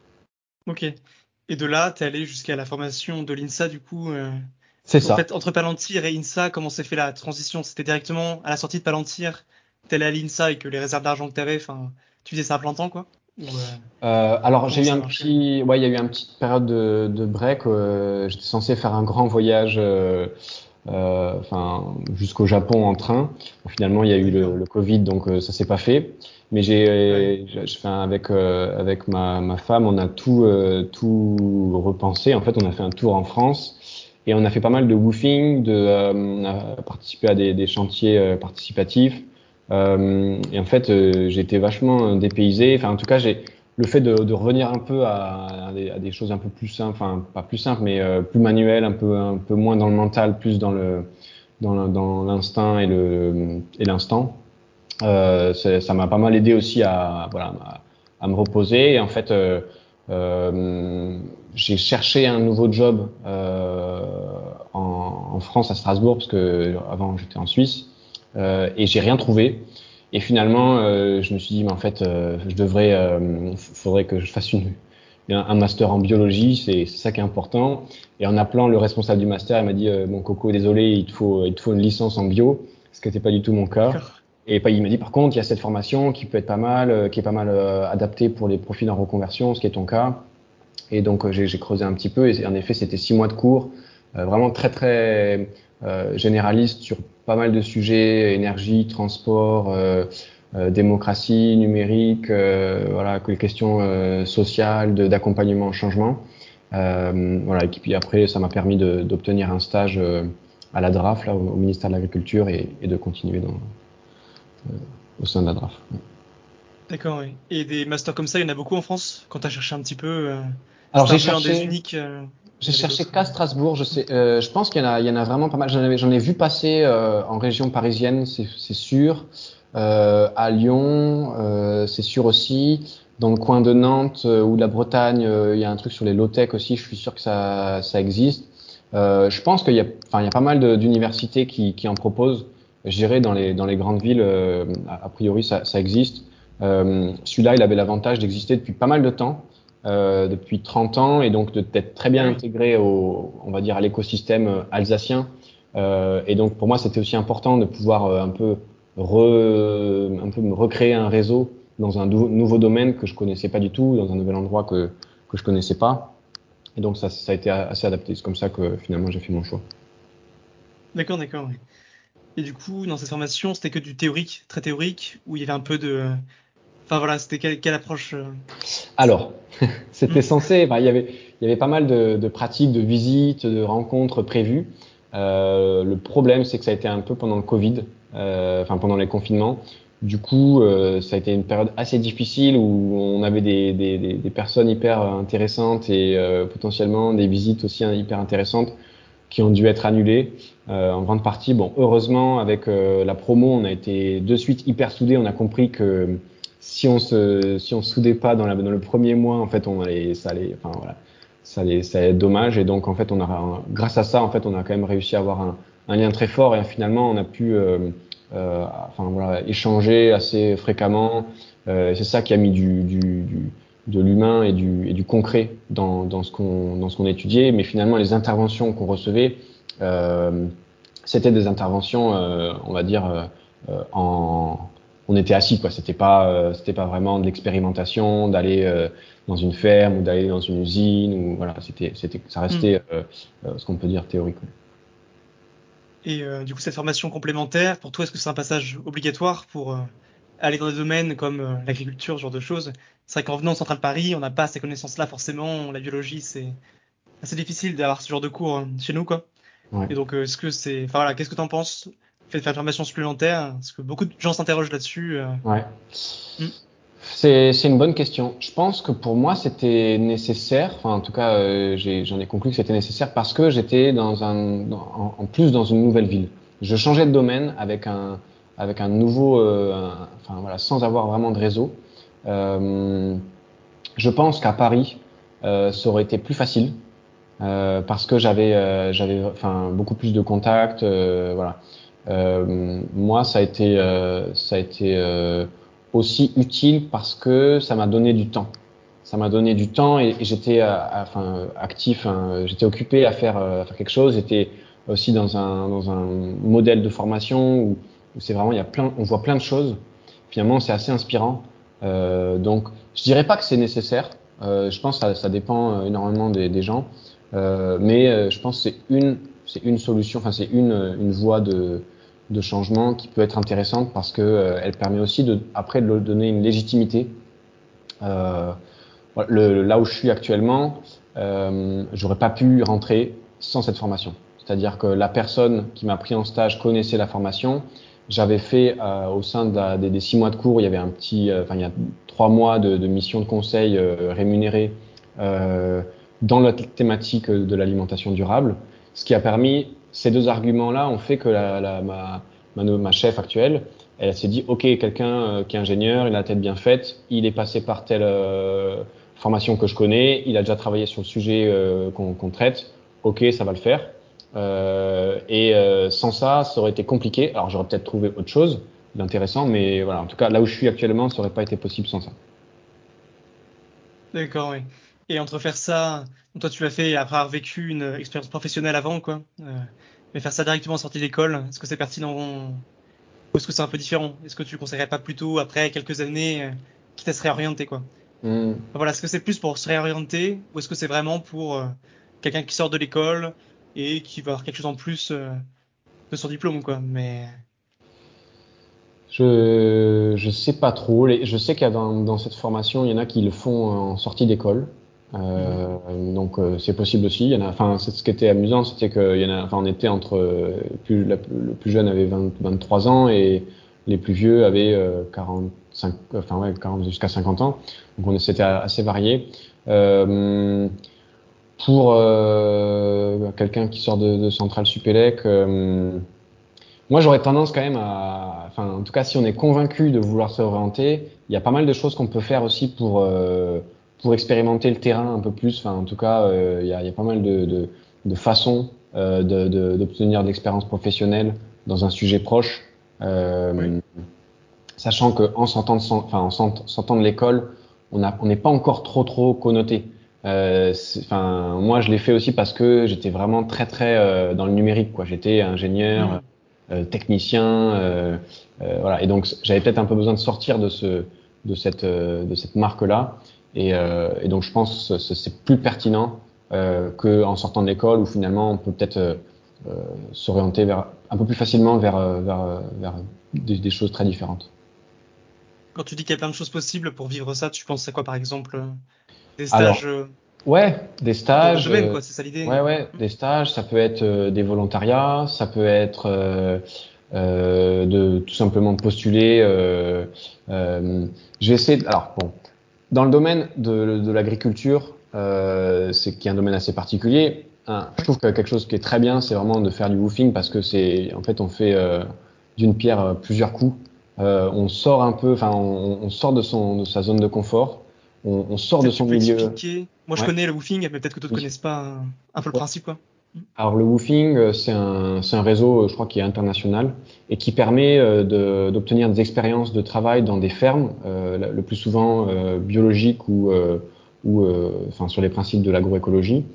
[SPEAKER 1] Ok. Et de là, t'es allé jusqu'à la formation de l'INSA, du coup. euh,
[SPEAKER 2] C'est
[SPEAKER 1] En
[SPEAKER 2] ça.
[SPEAKER 1] fait, entre Palantir et INSA, comment s'est fait la transition? C'était directement à la sortie de Palantir, t'es allé à l'INSA et que les réserves d'argent que t'avais, enfin, tu faisais ça à plein temps, quoi? Ou euh,
[SPEAKER 2] Euh, alors j'ai
[SPEAKER 1] comment
[SPEAKER 2] eu
[SPEAKER 1] ça
[SPEAKER 2] un
[SPEAKER 1] marchait?
[SPEAKER 2] petit, ouais, il y a eu une petite période de, de break. Euh, j'étais censé faire un grand voyage, euh, euh, enfin jusqu'au Japon en train. Bon, finalement, il y a eu le,
[SPEAKER 1] D'accord.
[SPEAKER 2] le Covid, donc euh, ça s'est pas fait. Mais
[SPEAKER 1] Ouais.
[SPEAKER 2] j'ai, j'ai, enfin, avec euh, avec ma, ma femme, on a tout euh, tout repensé. En fait, on a fait un tour en France et on a fait pas mal de woofing, de, euh, on a participé à des, des chantiers euh, participatifs. Euh, et en fait, euh, j'ai été vachement dépaysé. Enfin, en tout cas, j'ai le fait de, de revenir un peu à, à, des, à des choses un peu plus simples, enfin pas plus simples, mais euh, plus manuelles, un peu un peu moins dans le mental, plus dans le dans le- dans l'instinct et le et l'instant. Euh, c'est- ça m'a pas mal aidé aussi à voilà à, à me reposer. Et en fait, euh, euh, j'ai cherché un nouveau job euh, en, en France à Strasbourg parce que avant j'étais en Suisse euh, et j'ai rien trouvé. Et finalement, euh, je me suis dit, mais en fait, euh, je devrais, euh, faudrait que je fasse une, un, un master en biologie, c'est c'est ça qui est important. Et en appelant le responsable du master, il m'a dit, euh, bon Coco, désolé, il te faut, il te faut une licence en bio, ce qui n'était pas du tout mon cas.
[SPEAKER 1] D'accord.
[SPEAKER 2] Et il m'a dit, par contre, il y a cette formation qui peut être pas mal, euh, qui est pas mal euh, adaptée pour les profils en reconversion, ce qui est ton cas. Et donc, euh, j'ai j'ai creusé un petit peu. Et en effet, c'était six mois de cours, euh, vraiment très, très euh, généraliste sur pas mal de sujets, énergie, transport, euh, euh, démocratie, numérique, euh, voilà, que les questions euh, sociales, de- d'accompagnement au changement. Euh, voilà, et puis après, ça m'a permis de- d'obtenir un stage euh, à la D R A F, là, au, au ministère de l'Agriculture, et, et de continuer dans, au sein de la D R A F.
[SPEAKER 1] D'accord, oui. Et des masters comme ça, il y en a beaucoup en France? Quand t'as cherché un petit peu, euh,
[SPEAKER 2] Alors,
[SPEAKER 1] c'était
[SPEAKER 2] j'ai
[SPEAKER 1] un peu un des
[SPEAKER 2] cherché,
[SPEAKER 1] uniques, euh, il
[SPEAKER 2] j'ai
[SPEAKER 1] y en avait
[SPEAKER 2] cherché
[SPEAKER 1] d'autres.
[SPEAKER 2] qu'à Strasbourg. Je sais, euh, je pense qu'il y en a, il y en a vraiment pas mal. J'en avais, j'en ai vu passer euh, en région parisienne, c'est, c'est sûr. Euh, à Lyon, euh, c'est sûr aussi. Dans le coin de Nantes euh, ou de la Bretagne, euh, il y a un truc sur les low-tech aussi. Je suis sûr que ça, ça existe. Euh, je pense qu'il y a, enfin, il y a pas mal de- d'universités qui, qui en proposent. Je dirais dans les, dans les grandes villes, euh, a, a priori, ça, ça existe. Euh, celui-là, il avait l'avantage d'exister depuis pas mal de temps. Euh, depuis trente ans, et donc de- d'être très
[SPEAKER 1] Ah
[SPEAKER 2] bien
[SPEAKER 1] oui.
[SPEAKER 2] intégré au, on va dire, à l'écosystème euh, alsacien. Euh, et donc pour moi, c'était aussi important de pouvoir euh, un peu re, un peu me recréer un réseau dans un dou- nouveau domaine que je connaissais pas du tout, dans un nouvel endroit que que je connaissais pas. Et donc ça, ça a été assez adapté. C'est comme ça que finalement j'ai fait mon choix.
[SPEAKER 1] D'accord, d'accord, oui. Et du coup, dans cette formation, c'était que du théorique, très théorique, où il y avait un peu de... Enfin voilà, c'était quelle, quelle approche euh,
[SPEAKER 2] Alors, c'était
[SPEAKER 1] hmm.
[SPEAKER 2] censé, enfin, il y avait, il y avait pas mal de, de pratiques, de visites, de rencontres prévues. Euh, le problème, c'est que ça a été un peu pendant le Covid, euh, enfin pendant les confinements. Du coup, euh, ça a été une période assez difficile où on avait des, des, des, des personnes hyper intéressantes et euh, potentiellement des visites aussi hyper intéressantes qui ont dû être annulées euh, en grande partie. Bon, heureusement, avec euh, la promo, on a été de suite hyper soudés. On a compris que si on se si on se soudait pas dans, la, dans le premier mois, en fait, on allait, ça allait, enfin voilà, ça allait, ça allait être dommage. Et donc, en fait, on a, grâce à ça, en fait, on a quand même réussi à avoir un, un lien très fort. Et finalement, on a pu euh, euh, enfin voilà, échanger assez fréquemment. Euh, c'est ça qui a mis du, du, du de l'humain et du, et du concret dans, dans ce qu'on dans ce qu'on étudiait. Mais finalement, les interventions qu'on recevait, euh, c'était des interventions, euh, on va dire, euh, en on était assis, quoi. C'était pas euh, c'était pas vraiment de l'expérimentation, d'aller euh, dans une ferme ou d'aller dans une usine ou voilà. C'était c'était ça
[SPEAKER 1] Hmm.
[SPEAKER 2] restait euh, euh, ce qu'on peut dire théorique.
[SPEAKER 1] Et euh, du coup, cette formation complémentaire, pour toi, est-ce que c'est un passage obligatoire pour euh, aller dans des domaines comme euh, l'agriculture, ce genre de choses? C'est vrai qu'en venant de Centrale Paris, on n'a pas ces connaissances-là forcément. La biologie, c'est assez difficile d'avoir ce genre de cours euh, chez nous, quoi.
[SPEAKER 2] Ouais.
[SPEAKER 1] Et donc, euh, est-ce que c'est, enfin voilà, qu'est-ce que t'en penses? Fait de faire une formation supplémentaire, parce que beaucoup de gens s'interrogent là-dessus. euh.
[SPEAKER 2] Ouais.
[SPEAKER 1] Hmm.
[SPEAKER 2] C'est, c'est une bonne question. Je pense que pour moi, c'était nécessaire. Enfin, en tout cas, euh, j'ai, j'en ai conclu que c'était nécessaire parce que j'étais dans un, dans- en, en plus dans une nouvelle ville. Je changeais de domaine avec un, avec un nouveau, euh, un- enfin voilà, sans avoir vraiment de réseau. Euh, je pense qu'à Paris, euh, ça aurait été plus facile euh, parce que j'avais, euh, j'avais, enfin, beaucoup plus de contacts. Euh, voilà. Euh, moi, ça a été, euh, ça a été euh, aussi utile parce que ça m'a donné du temps. Ça m'a donné du temps et, et j'étais, euh, enfin, actif. Hein, j'étais occupé à faire, euh, à faire quelque chose. J'étais aussi dans un, dans un modèle de formation où, où c'est vraiment, il y a plein, on voit plein de choses. Finalement, c'est assez inspirant. Euh, donc, je dirais pas que c'est nécessaire. Euh, je pense que ça, ça dépend énormément des, des gens. Euh, mais euh, je pense que c'est une, c'est une solution, enfin c'est une, une voie de, de changement qui peut être intéressante parce que euh, elle permet aussi de, après de leur donner une légitimité. Euh, voilà, le, là où je suis actuellement, euh, j'aurais pas pu rentrer sans cette formation. C'est-à-dire que la personne qui m'a pris en stage connaissait la formation. J'avais fait euh, au sein de la, des, des six mois de cours, il y avait un petit, euh, enfin il y a trois mois de, de mission de conseil euh, rémunérée euh, dans la thématique de l'alimentation durable, ce qui a permis ces deux arguments-là ont fait que la, la, ma, ma, ma chef actuelle, elle s'est dit ok, quelqu'un euh, qui est ingénieur, il a la tête bien faite, il est passé par telle euh, formation que je connais, il a déjà travaillé sur le sujet euh, qu'on qu'on traite, ok, ça va le faire. Euh, et euh, sans ça, ça aurait été compliqué. Alors j'aurais peut-être trouvé autre chose d'intéressant, mais voilà, en tout cas là où je suis actuellement, ça aurait pas été possible sans ça.
[SPEAKER 1] D'accord, oui. Et entre faire ça, donc toi tu l'as fait après avoir vécu une expérience professionnelle avant, quoi. Euh, mais faire ça directement en sortie d'école, est-ce que c'est pertinent ou est-ce que c'est un peu différent? Est-ce que tu conseillerais pas plutôt après quelques années, euh, quitte à se réorienter, quoi? Enfin,
[SPEAKER 2] Hmm.
[SPEAKER 1] voilà, est-ce que c'est plus pour se réorienter ou est-ce que c'est vraiment pour euh, quelqu'un qui sort de l'école et qui va avoir quelque chose en plus euh, de son diplôme, quoi? Mais
[SPEAKER 2] Je je sais pas trop. Les- Je sais qu'il y a dans, dans cette formation, il y en a qui le font en sortie d'école.
[SPEAKER 1] Mhm.
[SPEAKER 2] Euh, donc euh, c'est possible aussi. Il y en a. Enfin, c'est ce qui était amusant, c'était que il y en a. Enfin, on était entre euh, plus, la- le plus jeune avait vingt, vingt-trois ans et les plus vieux avaient euh, quarante-cinq. Enfin ouais, quarante jusqu'à cinquante ans. Donc on c'était assez varié. Euh, pour euh, quelqu'un qui sort de, de Centrale Supélec. Euh, moi, j'aurais tendance quand même à, enfin, en tout cas, si on est convaincu de vouloir se orienter, il y a pas mal de choses qu'on peut faire aussi pour euh, pour expérimenter le terrain un peu plus. Enfin, en tout cas, euh, il y a, il y a pas mal de de, de façons euh, de de- d'obtenir de l'expérience professionnelle dans un sujet proche,
[SPEAKER 1] oui.
[SPEAKER 2] euh, sachant que en sortant de, son- enfin, en sort- sortant de l'école, on a, on n'est pas encore trop trop connoté. Euh, c'est- Enfin, moi, je l'ai fait aussi parce que j'étais vraiment très très euh, dans le numérique, quoi. J'étais ingénieur
[SPEAKER 1] Mhm.
[SPEAKER 2] euh, technicien, euh, euh, voilà. Et donc j'avais peut-être un peu besoin de sortir de ce, de cette, euh, de cette marque-là. Et, euh, et donc je pense que c'est c'est plus pertinent euh, qu'en sortant de l'école où finalement on peut peut-être euh, euh, s'orienter vers un peu plus facilement vers, euh, vers, euh, vers des, des choses très différentes.
[SPEAKER 1] Quand tu dis qu'il y a plein de choses possibles pour vivre ça, tu penses à quoi, par exemple? euh, Des stages?
[SPEAKER 2] Alors,
[SPEAKER 1] euh,
[SPEAKER 2] Ouais, des
[SPEAKER 1] dans le
[SPEAKER 2] stages.
[SPEAKER 1] domaine,
[SPEAKER 2] euh,
[SPEAKER 1] quoi. C'est ça l'idée.
[SPEAKER 2] ouais, ouais, des stages. Ça peut être euh, des volontariats, ça peut être euh, euh, de tout simplement postuler. Euh, euh, j'ai essayé. de- Alors bon, dans le domaine de, de l'agriculture, euh, c'est qui est un domaine assez particulier. Hein, je
[SPEAKER 1] Ouais.
[SPEAKER 2] trouve que quelque chose qui est très bien, c'est vraiment de faire du woofing parce que c'est, en fait, on fait euh, d'une pierre euh, plusieurs coups. Euh, on sort un peu, enfin, on, on sort de son, de sa zone de confort. On, on sort de
[SPEAKER 1] Peut-être tu
[SPEAKER 2] son
[SPEAKER 1] peux
[SPEAKER 2] milieu.
[SPEAKER 1] expliquer. Moi, je
[SPEAKER 2] Ouais.
[SPEAKER 1] connais le woofing, mais peut-être que d'autres
[SPEAKER 2] Oui.
[SPEAKER 1] connaissent pas un, un peu le
[SPEAKER 2] Ouais.
[SPEAKER 1] principe, quoi. Mm.
[SPEAKER 2] Alors le woofing, euh, c'est un, c'est un réseau, euh, je crois, qui est international et qui permet euh, de, d'obtenir des expériences de travail dans des fermes, euh, le le plus souvent euh, biologiques ou, euh, ou euh, enfin, sur les principes de l'agroécologie.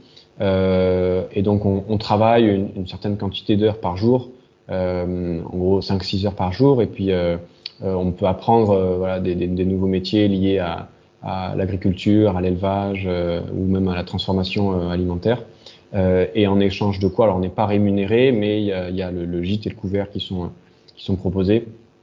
[SPEAKER 2] Euh, et donc on, on travaille une, une certaine quantité d'heures par jour, euh, en gros cinq six heures par jour, et puis euh, euh, on peut apprendre euh, voilà, des, des, des nouveaux métiers liés à, à l'agriculture, à l'élevage euh, ou même à la transformation euh, alimentaire. Euh, et en échange de quoi, alors on n'est pas rémunéré, mais il y a, il y a le, le gîte et le couvert qui sont, qui sont proposés.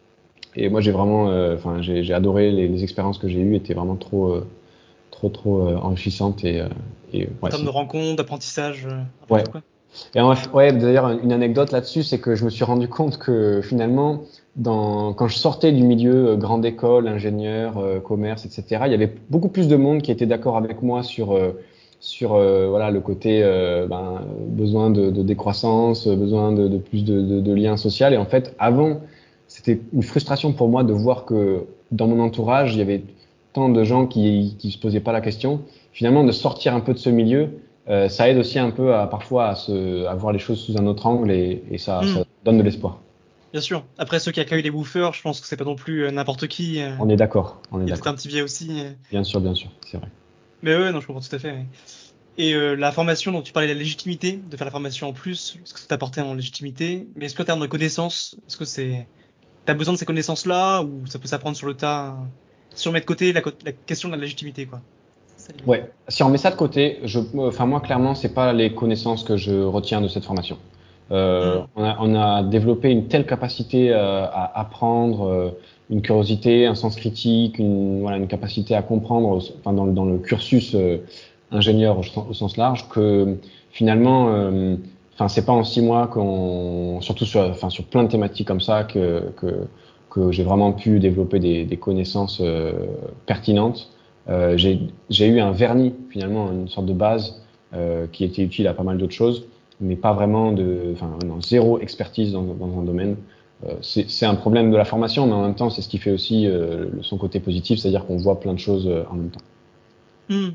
[SPEAKER 2] Et moi j'ai vraiment, euh, enfin j'ai, j'ai adoré les, les expériences que j'ai eues, étaient vraiment trop, euh, trop, trop euh, enrichissantes et, euh, et
[SPEAKER 1] En
[SPEAKER 2] ouais,
[SPEAKER 1] termes
[SPEAKER 2] c'est,
[SPEAKER 1] de rencontres, d'apprentissage, euh, un peu
[SPEAKER 2] ouais.
[SPEAKER 1] tout, quoi.
[SPEAKER 2] Et en, ouais, d'ailleurs une anecdote là-dessus, c'est que je me suis rendu compte que finalement, dans, quand je sortais du milieu euh, grande école, ingénieur, euh, commerce, et cetera, il y avait beaucoup plus de monde qui était d'accord avec moi sur euh, sur euh, voilà le côté euh, ben, besoin de, de décroissance, besoin de, de plus de, de, de liens sociaux. Et en fait, avant, c'était une frustration pour moi de voir que dans mon entourage, il y avait tant de gens qui qui se posaient pas la question. Finalement, de sortir un peu de ce milieu, euh, ça aide aussi un peu à parfois à, se, à voir les choses sous un autre angle et, et ça, ça
[SPEAKER 1] Mm.
[SPEAKER 2] donne de l'espoir.
[SPEAKER 1] Bien sûr. Après, ceux qui accueillent les bouffeurs, je pense que c'est pas non plus euh, n'importe qui. euh,
[SPEAKER 2] On est d'accord, on est
[SPEAKER 1] Il y a peut-être
[SPEAKER 2] d'accord.
[SPEAKER 1] un petit biais aussi. euh.
[SPEAKER 2] Bien sûr, bien sûr, c'est vrai.
[SPEAKER 1] Mais ouais, non, je comprends tout à fait. Ouais. Et euh, la formation, donc tu parlais de la légitimité, de faire la formation en plus, ce que ça t'apportait en légitimité. Mais est-ce qu'en termes de connaissances, est-ce que c'est, t'as besoin de ces connaissances-là ou ça peut s'apprendre sur le tas? euh, Si on met de côté la, co- la question de la légitimité, quoi. C'est ça l'idée.
[SPEAKER 2] Ouais, si on met ça de côté, je, enfin moi clairement, c'est pas les connaissances que je retiens de cette formation. Euh,
[SPEAKER 1] Hmm,
[SPEAKER 2] on a, on a développé une telle capacité euh, à apprendre, euh, une curiosité, un sens critique, une, voilà, une capacité à comprendre, au- enfin dans le, dans le cursus euh, ingénieur au, sens au sens large, que finalement, euh, enfin c'est pas en six mois qu'on, surtout sur, enfin sur plein de thématiques comme ça, que que, que j'ai vraiment pu développer des, des connaissances euh, pertinentes. Euh, j'ai j'ai eu un vernis, finalement, une sorte de base euh, qui était utile à pas mal d'autres choses, mais pas vraiment de, enfin, non, zéro expertise dans, dans un domaine. Euh, c'est c'est un problème de la formation, mais en même temps, c'est ce qui fait aussi euh, son côté positif, c'est-à-dire qu'on voit plein de choses euh, en même temps.
[SPEAKER 1] hmm.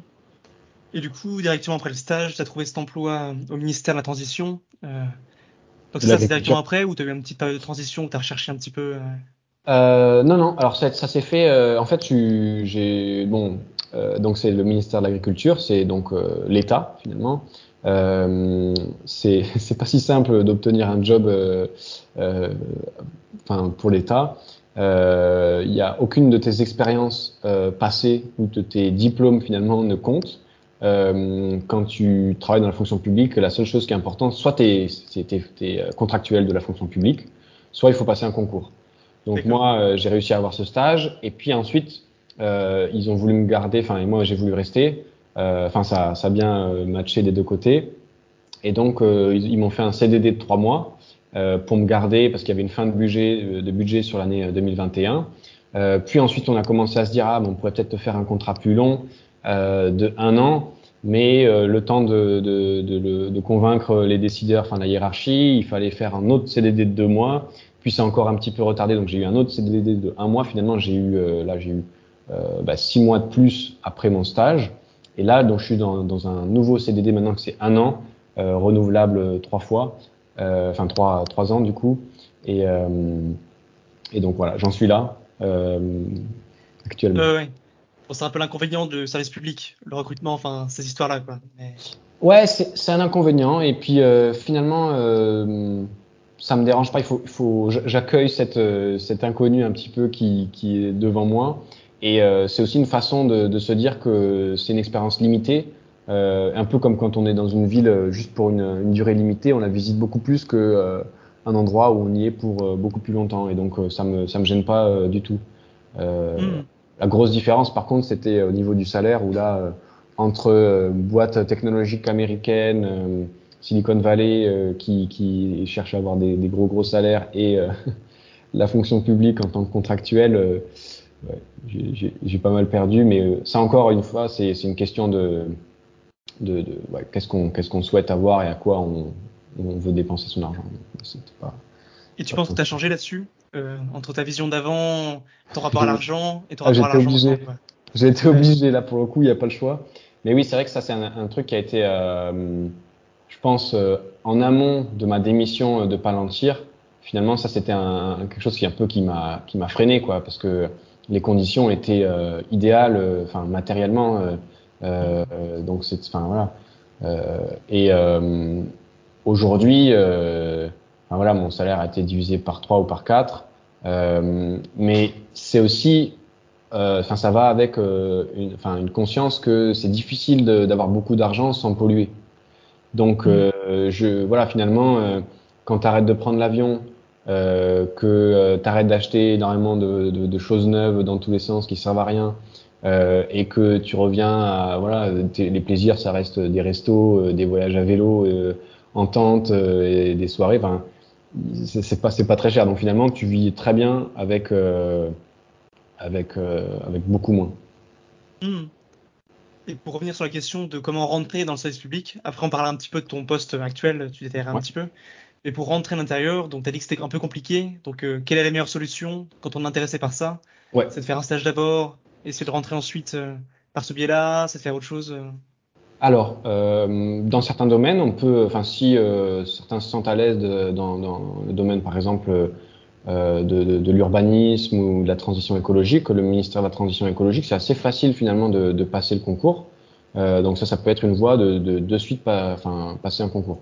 [SPEAKER 1] Et du coup, directement après le stage, t'as trouvé cet emploi euh, au ministère de la Transition. euh, Donc
[SPEAKER 2] De
[SPEAKER 1] c'est ça, c'est
[SPEAKER 2] l'agriculture.
[SPEAKER 1] directement après ou t'as eu une petite période de transition où t'as recherché un petit peu. euh,
[SPEAKER 2] Euh, non, non. Alors ça, ça s'est fait. Euh, en fait, je- j'ai bon. Euh, donc c'est le ministère de l'Agriculture, c'est donc euh, l'État finalement. Euh, c'est c'est pas si simple d'obtenir un job, euh, euh, enfin pour l'État. Euh, Il y a aucune de tes expériences euh, passées ou de tes diplômes finalement ne compte. Euh, quand tu travailles dans la fonction publique, la seule chose qui est importante, soit t'es t'es, t'es, t'es contractuel de la fonction publique, soit il faut passer un concours. Donc
[SPEAKER 1] D'accord.
[SPEAKER 2] moi, euh, j'ai réussi à avoir ce stage. Et puis ensuite, euh, ils ont voulu me garder. Enfin, et moi, j'ai voulu rester. Euh, Enfin, ça, ça a bien euh, matché des deux côtés. Et donc, euh, ils, ils m'ont fait un C D D de trois mois euh, pour me garder parce qu'il y avait une fin de budget, euh, de budget sur l'année euh, deux mille vingt et un. Euh, puis ensuite, on a commencé à se dire, ah, bon, on pourrait peut-être te faire un contrat plus long euh, de un an. Mais euh, le temps de, de, de, de, de convaincre les décideurs, enfin la hiérarchie, il fallait faire un autre C D D de deux mois. Puis c'est encore un petit peu retardé, donc j'ai eu un autre C D D de un mois. Finalement, j'ai eu euh, là j'ai eu euh, bah, six mois de plus après mon stage. Et là, donc je suis dans, dans un nouveau C D D maintenant que c'est un an, euh, renouvelable trois fois, euh, enfin trois trois ans du coup. Et euh, et donc voilà, j'en suis là euh, actuellement.
[SPEAKER 1] Ouais, ouais. Bon, c'est un peu l'inconvénient du service public, le recrutement, enfin, ces histoires-là, quoi. Mais...
[SPEAKER 2] Ouais, c'est c'est un inconvénient. Et puis euh, finalement, euh, ça me dérange pas. Il faut, il faut, j'accueille cette euh, cet inconnu un petit peu qui qui est devant moi. Et euh, c'est aussi une façon de, de se dire que c'est une expérience limitée, euh, un peu comme quand on est dans une ville euh, juste pour une, une durée limitée, on la visite beaucoup plus que euh, un endroit où on y est pour euh, beaucoup plus longtemps. Et donc euh, ça me ça me gêne pas euh, du tout. Euh,
[SPEAKER 1] Hmm.
[SPEAKER 2] la grosse différence, par contre, c'était au niveau du salaire où là. Euh, entre euh, boîtes technologiques américaines, euh, Silicon Valley, euh, qui, qui cherchent à avoir des, des gros gros salaires, et euh, la fonction publique en tant que contractuel, euh, ouais, j'ai, j'ai, j'ai pas mal perdu. Mais euh, ça encore une fois, c'est, c'est une question de, de, de ouais, qu'est-ce qu'on qu'est-ce qu'on souhaite avoir et à quoi on, on veut dépenser son argent. C'était pas,
[SPEAKER 1] Et
[SPEAKER 2] c'est
[SPEAKER 1] tu
[SPEAKER 2] pas
[SPEAKER 1] penses que
[SPEAKER 2] tant
[SPEAKER 1] tu as
[SPEAKER 2] ça.
[SPEAKER 1] changé là-dessus, euh, entre ta vision d'avant, ton rapport à
[SPEAKER 2] J'ai-
[SPEAKER 1] l'argent et ton
[SPEAKER 2] Ah,
[SPEAKER 1] rapport à
[SPEAKER 2] j'étais
[SPEAKER 1] l'argent
[SPEAKER 2] obligé.
[SPEAKER 1] maintenant, quoi.
[SPEAKER 2] J'ai été
[SPEAKER 1] Ouais.
[SPEAKER 2] obligé là pour le coup, il n'y a pas le choix. Mais oui, c'est vrai que ça c'est un, un truc qui a été, euh, je pense, euh, en amont de ma démission euh, de Palantir. Finalement, ça c'était un, un- quelque chose qui un peu qui m'a qui m'a freiné quoi, parce que les conditions étaient euh, idéales, euh, enfin matériellement. Euh, euh,
[SPEAKER 1] Mm.
[SPEAKER 2] euh, donc c'est, enfin voilà. Euh, et euh, aujourd'hui, euh, enfin, voilà, mon salaire a été divisé par trois ou par quatre. Euh, mais c'est aussi, euh, enfin, ça va avec euh, une, enfin, une conscience que c'est difficile de- d'avoir beaucoup d'argent sans polluer. Donc,
[SPEAKER 1] Mm.
[SPEAKER 2] euh, je, voilà, finalement, euh, quand tu arrêtes de prendre l'avion, euh, que euh, tu arrêtes d'acheter énormément de, de, de choses neuves dans tous les sens qui servent à rien, euh, et que tu reviens à, voilà, tes- les plaisirs, ça reste des restos, euh, des voyages à vélo, euh, en tente, euh, et des soirées. Enfin, c'est c'est pas, c'est pas très cher. Donc finalement, tu vis très bien avec, euh, avec, euh, avec beaucoup moins.
[SPEAKER 1] Mm. Et pour revenir sur la question de comment rentrer dans le service public, après on parlait un petit peu de ton poste actuel, tu détaillerais un
[SPEAKER 2] Ouais.
[SPEAKER 1] petit peu. Mais pour rentrer à l'intérieur, donc tu as dit que c'était un peu compliqué. Donc euh, quelle est la meilleure solution quand on est intéressé par ça?
[SPEAKER 2] Ouais.
[SPEAKER 1] C'est de faire un stage d'abord, essayer de rentrer ensuite euh, par ce biais-là, c'est de faire autre chose. euh.
[SPEAKER 2] Alors, euh, dans certains domaines, on peut, enfin, si euh, certains se sentent à l'aise de- dans, dans le domaine, par exemple, euh, de, de, de l'urbanisme ou de la transition écologique, le ministère de la Transition écologique, c'est assez facile finalement de, de passer le concours. Euh, donc ça, ça peut être une voie de de, de suite, pas, enfin, passer un concours.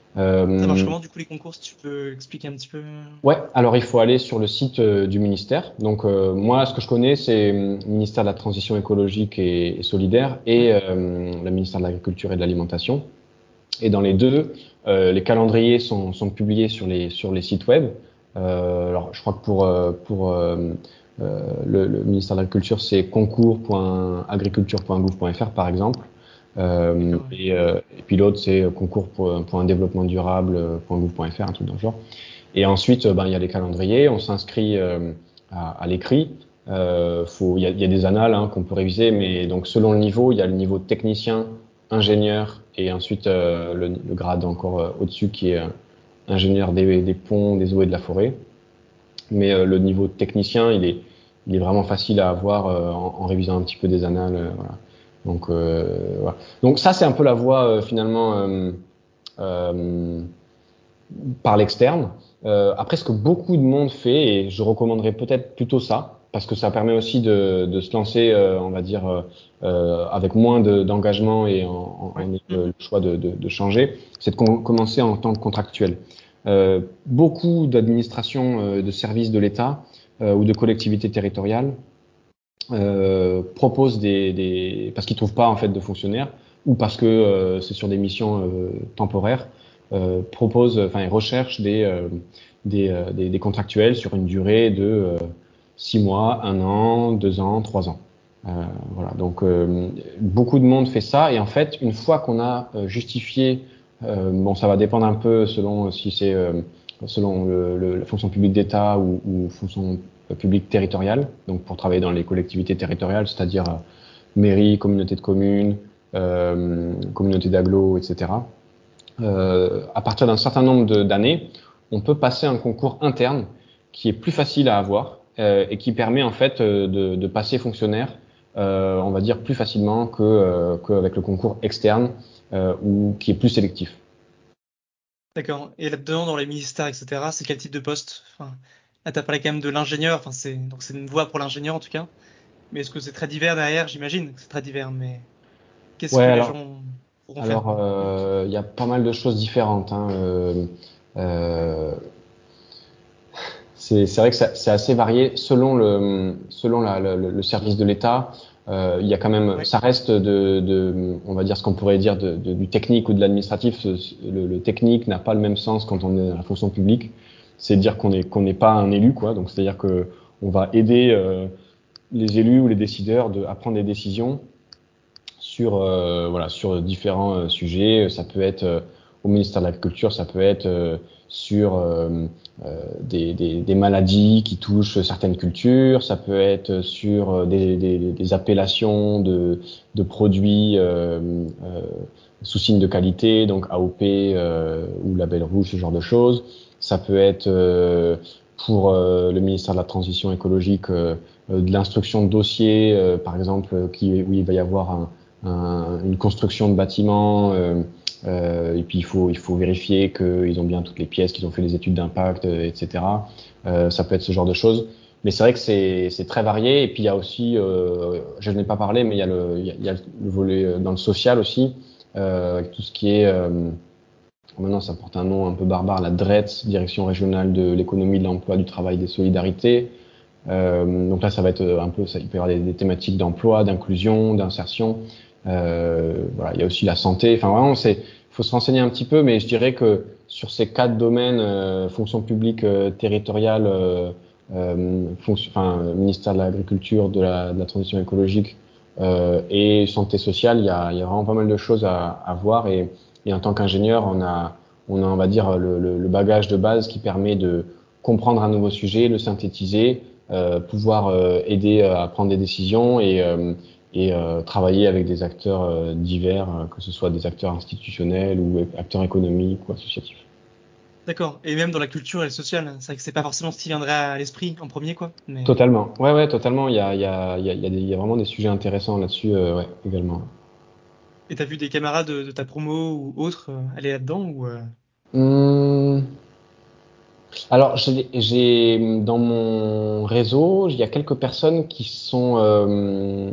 [SPEAKER 1] Ça marche
[SPEAKER 2] Euh,
[SPEAKER 1] comment du coup les concours, si tu peux expliquer un petit peu?
[SPEAKER 2] Ouais, alors il faut aller sur le site euh, du ministère. Donc euh, moi, ce que je connais, c'est euh, le ministère de la Transition écologique et, et solidaire et
[SPEAKER 1] Ouais,
[SPEAKER 2] euh, le ministère de l'Agriculture et de l'Alimentation. Et dans les deux, euh, les calendriers sont, sont publiés sur les sur les sites web. Euh, alors je crois que pour euh, pour euh, euh, le, le ministère de l'Agriculture, c'est concours point agriculture point gouv point fr par exemple. Euh,
[SPEAKER 1] d'accord, ouais.
[SPEAKER 2] et, euh, et puis l'autre, c'est concours point développement durable point gouv point fr, un truc dans le genre. Et ensuite, ben, il y a les calendriers, on s'inscrit euh, à, à l'écrit. Euh, faut, il y a, il y a des annales hein, qu'on peut réviser, mais donc selon le niveau, il y a le niveau technicien, ingénieur, et ensuite euh, le, le grade encore euh, au-dessus qui est euh, ingénieur des, des ponts, des eaux et de la forêt. Mais euh, le niveau technicien, il est, il est vraiment facile à avoir euh, en, en révisant un petit peu des annales. Euh, voilà. Donc, euh, voilà. Donc ça, c'est un peu la voie euh, finalement. Euh, euh, par l'externe. Euh, après, ce que beaucoup de monde fait, et je recommanderais peut-être plutôt ça, parce que ça permet aussi de, de se lancer, euh, on va dire, euh, euh, avec moins de, d'engagement et en, en,
[SPEAKER 1] Ouais.
[SPEAKER 2] en ayant
[SPEAKER 1] Mm.
[SPEAKER 2] le choix de, de, de changer, c'est de com- commencer en tant que contractuel. Euh, beaucoup d'administrations, euh, de services de l'État euh, ou de collectivités territoriales euh, proposent des, des parce qu'ils trouvent pas en fait de fonctionnaires ou parce que euh, c'est sur des missions euh, temporaires, euh, proposent, enfin ils recherchent des euh, des, euh, des, des contractuels sur une durée de euh, six mois, un an, deux ans, trois ans. Euh, voilà, donc euh, beaucoup de monde fait ça et en fait une fois qu'on a euh, justifié, euh, bon ça va dépendre un peu selon si c'est euh, selon le, le, la fonction publique d'État ou, ou fonction publique territoriale, donc pour travailler dans les collectivités territoriales, c'est-à-dire euh, mairie, communauté de communes, euh, communauté d'agglo, et cetera. Euh, à partir d'un certain nombre de- d'années, on peut passer un concours interne qui est plus facile à avoir euh, et qui permet en fait euh, de, de passer fonctionnaire, euh, on va dire plus facilement que euh, qu'avec le concours externe euh, ou qui est plus sélectif.
[SPEAKER 1] D'accord. Et là-dedans, dans les ministères, et cetera, c'est quel type de poste? Enfin, là, t'as parlé quand même de l'ingénieur, enfin, c'est donc c'est une voie pour l'ingénieur en tout cas. Mais est-ce que c'est très divers derrière? J'imagine que c'est très divers, mais qu'est-ce
[SPEAKER 2] Ouais,
[SPEAKER 1] que les
[SPEAKER 2] alors
[SPEAKER 1] gens pourront faire,
[SPEAKER 2] alors
[SPEAKER 1] quoi? Mm.
[SPEAKER 2] euh, il y a pas mal de choses différentes. Hein. Euh, euh, C'est c'est vrai que ça- c'est assez varié selon le selon la, le, le service de l'État. Euh, il y a quand même,
[SPEAKER 1] Ouais.
[SPEAKER 2] ça reste de, de on va dire ce qu'on pourrait dire de, de- du technique ou de l'administratif. Ce- Le, le technique n'a pas le même sens quand on est dans la fonction publique. C'est dire qu'on est qu'on n'est pas un élu quoi. Donc c'est-à-dire que on va aider euh, les élus ou les décideurs de, à prendre des décisions sur euh, voilà sur différents euh, sujets. Ça peut être euh, au ministère de l'Agriculture, ça peut être euh, sur euh, euh, des, des, des maladies qui touchent certaines cultures, ça peut être sur euh, des, des, des appellations de, de produits euh, euh, sous signe de qualité, donc A O P euh, ou label rouge, ce genre de choses. Ça peut être euh, pour euh, le ministère de la Transition écologique euh, euh, de l'instruction de dossiers, euh, par exemple, qui, où il va y avoir un, un, une construction de bâtiments, euh, euh, et puis il faut, il faut vérifier qu'ils ont bien toutes les pièces, qu'ils ont fait les études d'impact, euh, et cetera. Euh, ça peut être ce genre de choses. Mais c'est vrai que c'est, c'est très varié. Et puis il y a aussi, euh, je n'ai pas parlé, mais il y a le, il y a, il y a le volet dans le social aussi, euh, tout ce qui est euh, maintenant, ça porte un nom un peu barbare, la D R E T S, Direction régionale de l'économie, de l'emploi, du travail, des solidarités. Euh, donc là, ça va être un peu, ça, il peut y avoir des, des thématiques d'emploi, d'inclusion, d'insertion. Euh, voilà, il y a aussi la santé. Enfin, vraiment, c'est, il faut se renseigner un petit peu, mais je dirais que sur ces quatre domaines, euh, fonction publique euh, territoriale, euh, euh, fonction, enfin, ministère de l'Agriculture, de la, de la transition écologique euh, et santé sociale, il y a, il y a vraiment pas mal de choses à, à voir. Et, et en tant qu'ingénieur, on a, on a, on va dire, le, le, le bagage de base qui permet de comprendre un nouveau sujet, le synthétiser, euh, pouvoir euh, aider à prendre des décisions et, euh, et euh, travailler avec des acteurs euh, divers, euh, que ce soit des acteurs institutionnels ou acteurs économiques ou associatifs.
[SPEAKER 1] D'accord. Et même dans la culture et le social, c'est vrai que c'est pas forcément ce qui viendrait à l'esprit en premier, quoi. Mais
[SPEAKER 2] Totalement. Ouais, ouais, totalement. Il y a, il y a, il y a, il y a, des, il y a vraiment des sujets intéressants là-dessus, euh, ouais, également.
[SPEAKER 1] et t'as vu des camarades de, de ta promo ou autres euh, aller là-dedans ou euh,
[SPEAKER 2] Hum, alors, j'ai, j'ai dans mon réseau, il y a quelques personnes qui sont euh,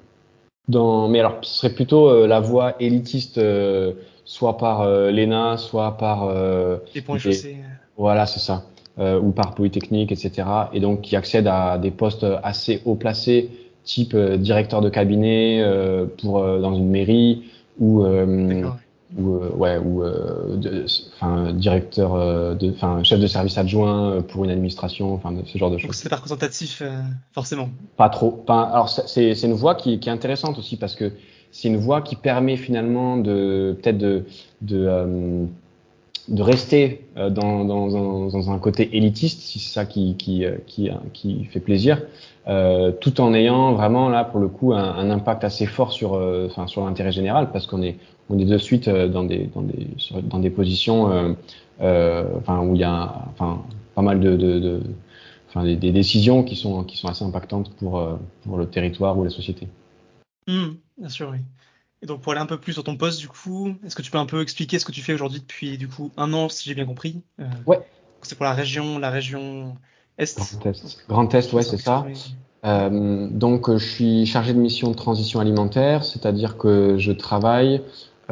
[SPEAKER 2] dans, mais alors, ce serait plutôt euh, la voie élitiste, euh, soit par euh, l'E N A, soit par euh,
[SPEAKER 1] des points
[SPEAKER 2] des,
[SPEAKER 1] chaussés? euh.
[SPEAKER 2] voilà, c'est ça, euh, ou par Polytechnique, et cetera. Et donc, qui accèdent à des postes assez haut placés, type euh, directeur de cabinet euh, pour euh, dans une mairie, ou euh,
[SPEAKER 1] D'accord. Ouais.
[SPEAKER 2] ou euh, ouais, ou euh, de- enfin directeur, euh, de, enfin chef de service adjoint euh, pour une administration, enfin de- ce genre de
[SPEAKER 1] Donc
[SPEAKER 2] choses.
[SPEAKER 1] c'est pas représentatif euh, forcément.
[SPEAKER 2] Pas trop. Pas, alors c'est c'est c'est une voie qui, qui est intéressante aussi parce que c'est une voie qui permet finalement de peut-être de de euh, de rester euh, dans, dans, un, dans un côté élitiste, si c'est ça qui qui euh, qui, euh, qui fait plaisir, euh, tout en ayant vraiment là pour le coup un, un impact assez fort sur euh, enfin sur l'intérêt général parce qu'on est on est de suite euh, dans des dans des sur- dans des positions euh, euh, enfin où il y a enfin pas mal de, de, de enfin des, des décisions qui sont qui sont assez impactantes pour euh, pour le territoire ou la société.
[SPEAKER 1] Hmm, bien sûr, oui. Et donc pour aller un peu plus sur ton poste, du coup, est-ce que tu peux un peu expliquer ce que tu fais aujourd'hui depuis du coup un an, si j'ai bien compris? Euh,
[SPEAKER 2] Ouais.
[SPEAKER 1] c'est pour la région, la région Est.
[SPEAKER 2] Grand
[SPEAKER 1] Donc,
[SPEAKER 2] Est. Grand
[SPEAKER 1] je
[SPEAKER 2] Est,
[SPEAKER 1] me
[SPEAKER 2] ouais,
[SPEAKER 1] sens
[SPEAKER 2] c'est
[SPEAKER 1] quelque chose,
[SPEAKER 2] ça.
[SPEAKER 1] oui.
[SPEAKER 2] Euh, donc, euh, je suis chargé de mission de transition alimentaire, c'est-à-dire que je travaille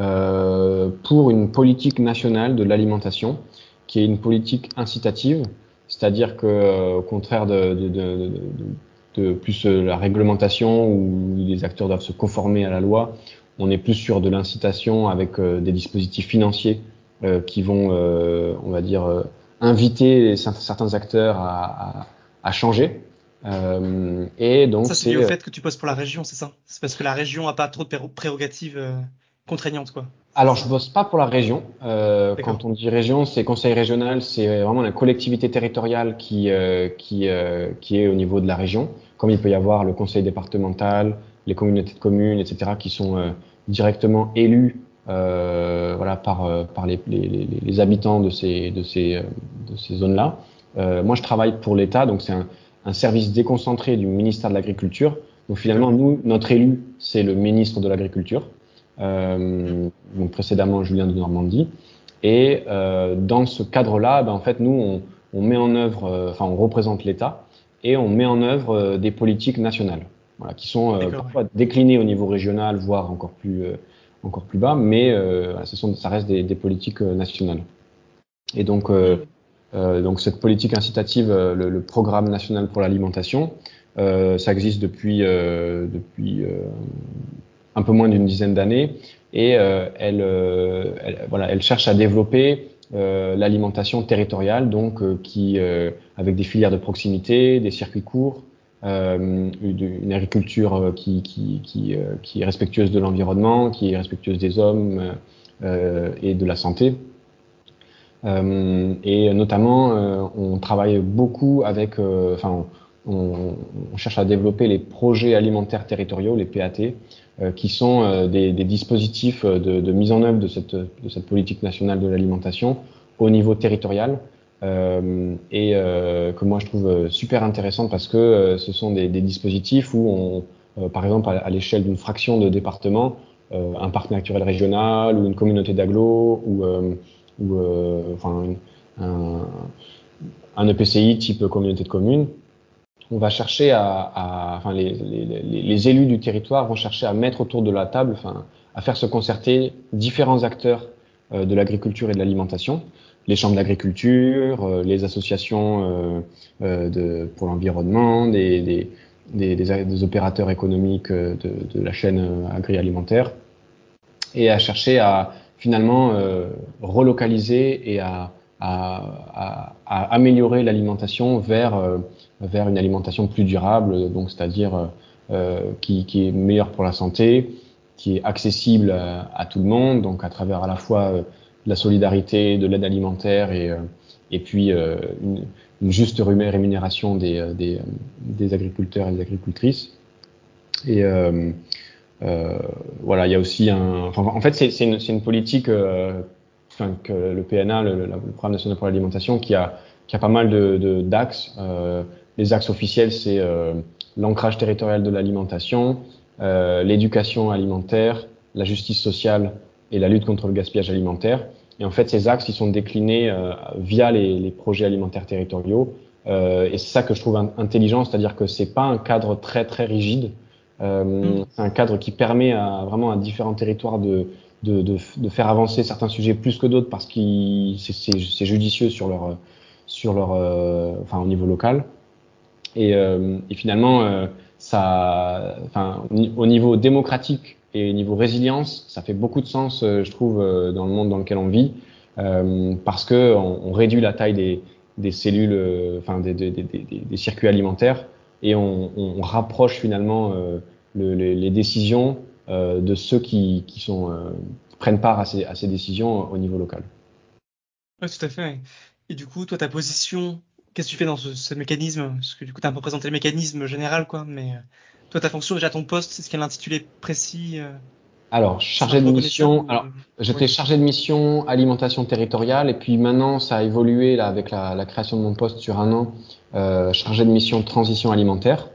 [SPEAKER 2] euh, pour une politique nationale de l'alimentation, qui est une politique incitative, c'est-à-dire que, euh, au contraire de, de, de, de, de plus euh, la réglementation où les acteurs doivent se conformer à la loi, on est plus sur de l'incitation avec euh, des dispositifs financiers euh, qui vont, euh, on va dire, euh, inviter certains acteurs à, à, à changer. Euh, et donc
[SPEAKER 1] Ça, c'est lié au
[SPEAKER 2] c'est
[SPEAKER 1] fait que tu poses pour la région, c'est ça? C'est parce que la région a pas trop de préro- prérogatives euh, contraignantes, quoi. C'est
[SPEAKER 2] alors je
[SPEAKER 1] ça?
[SPEAKER 2] bosse pas pour la région. Euh,
[SPEAKER 1] D'accord.
[SPEAKER 2] quand on dit région, c'est conseil régional, c'est vraiment la collectivité territoriale qui euh, qui euh, qui est au niveau de la région, comme il peut y avoir le conseil départemental, les communautés de communes, et cetera, qui sont euh, directement élus euh, voilà par euh, par les, les, les, les habitants de ces de ces euh, de ces zones-là. Euh, moi, je travaille pour l'État, donc c'est un, un service déconcentré du ministère de l'Agriculture. Donc
[SPEAKER 1] D'accord.
[SPEAKER 2] finalement, nous, notre élu, c'est le ministre de l'Agriculture.
[SPEAKER 1] Hmm.
[SPEAKER 2] Euh, donc précédemment Julien de Normandie. Et euh, dans ce cadre-là, ben, en fait, nous, on, on met en œuvre, euh, enfin, on représente l'État et on met en œuvre euh, des politiques nationales, voilà, qui sont euh,
[SPEAKER 1] D'accord, ouais.
[SPEAKER 2] parfois déclinées au niveau régional, voire encore plus, euh, encore plus bas, mais euh, voilà, ce sont, ça reste des, des politiques euh, nationales. Et donc, euh,
[SPEAKER 1] Hmm.
[SPEAKER 2] euh, donc cette politique incitative, euh, le, le Programme national pour l'alimentation, euh, ça existe depuis, euh, depuis euh, un peu moins d'une dizaine d'années, et euh, elle, euh, elle, voilà, elle cherche à développer euh, l'alimentation territoriale, donc euh, qui, euh, avec des filières de proximité, des circuits courts, euh, une, une agriculture qui, qui, qui, euh, qui est respectueuse de l'environnement, qui est respectueuse des hommes euh, et de la santé. Euh, et notamment, euh, on travaille beaucoup avec, euh, enfin, on, on cherche à développer les projets alimentaires territoriaux, les P A T, euh, qui sont euh, des, des dispositifs de, de mise en œuvre de cette, de cette politique nationale de l'alimentation au niveau territorial, euh, et euh, que moi je trouve super intéressant parce que euh, ce sont des, des dispositifs où on, euh, par exemple, à, à l'échelle d'une fraction de département, euh, un parc naturel régional ou une communauté d'agglo ou euh, ou euh, enfin un, un E P C I type communauté de communes, on va chercher à, à enfin les, les, les, les élus du territoire vont chercher à mettre autour de la table, enfin à faire se concerter différents acteurs euh, de l'agriculture et de l'alimentation, les chambres d'agriculture, euh, les associations euh, euh, de, pour l'environnement, des, des, des, des, des opérateurs économiques de, de la chaîne agroalimentaire, et à chercher à finalement euh, relocaliser et à, à, à, à améliorer l'alimentation vers euh, vers une alimentation plus durable, donc c'est-à-dire euh, qui, qui est meilleure pour la santé, qui est accessible à, à tout le monde, donc à travers à la fois euh, de la solidarité, de l'aide alimentaire et euh, et puis euh, une, une juste rémunération des des, des agriculteurs et des agricultrices. Et euh, euh, voilà, il y a aussi un. Enfin, en fait, c'est, c'est, une, c'est une politique, euh, enfin, que le P N A, le, le Programme national pour l'alimentation, qui a, qui a pas mal de, de d'axes. Euh, les axes officiels, c'est euh, l'ancrage territorial de l'alimentation, euh, l'éducation alimentaire, la justice sociale et la lutte contre le gaspillage alimentaire. Et en fait, ces axes, ils sont déclinés euh, via les, les projets alimentaires territoriaux. Euh, et c'est ça que je trouve intelligent, c'est-à-dire que c'est pas un cadre très très rigide. Euh, c'est un cadre qui permet à vraiment à différents territoires de, de, de, de faire avancer certains sujets plus que d'autres parce que c'est, c'est, c'est judicieux sur leur, sur leur, euh, enfin au niveau local. Et, euh, et finalement, euh, ça, enfin au niveau démocratique et au niveau résilience, ça fait beaucoup de sens, euh, je trouve, euh, dans le monde dans lequel on vit, euh, parce que on, on réduit la taille des, des cellules, euh, enfin des, des, des, des, des circuits alimentaires, et on, on rapproche finalement euh, le, les, les décisions euh, de ceux qui, qui sont euh, prennent part à ces, à ces décisions au niveau local.
[SPEAKER 1] Ouais, tout à fait. Ouais. Et du coup, toi, ta position, qu'est-ce que tu fais dans ce, ce mécanisme? Parce que du coup, tu as un peu présenté le mécanisme général, quoi. Mais euh, toi, ta fonction, déjà ton poste, est-ce qu'il y a un intitulé précis euh,
[SPEAKER 2] Alors,
[SPEAKER 1] C'est un
[SPEAKER 2] chargé
[SPEAKER 1] peu
[SPEAKER 2] de
[SPEAKER 1] reconnaissable
[SPEAKER 2] mission.
[SPEAKER 1] ou...
[SPEAKER 2] Alors,
[SPEAKER 1] Oui.
[SPEAKER 2] j'étais chargé de mission alimentation territoriale, et puis maintenant, ça a évolué là avec la, la création de mon poste sur un an, euh, chargé de mission transition alimentaire.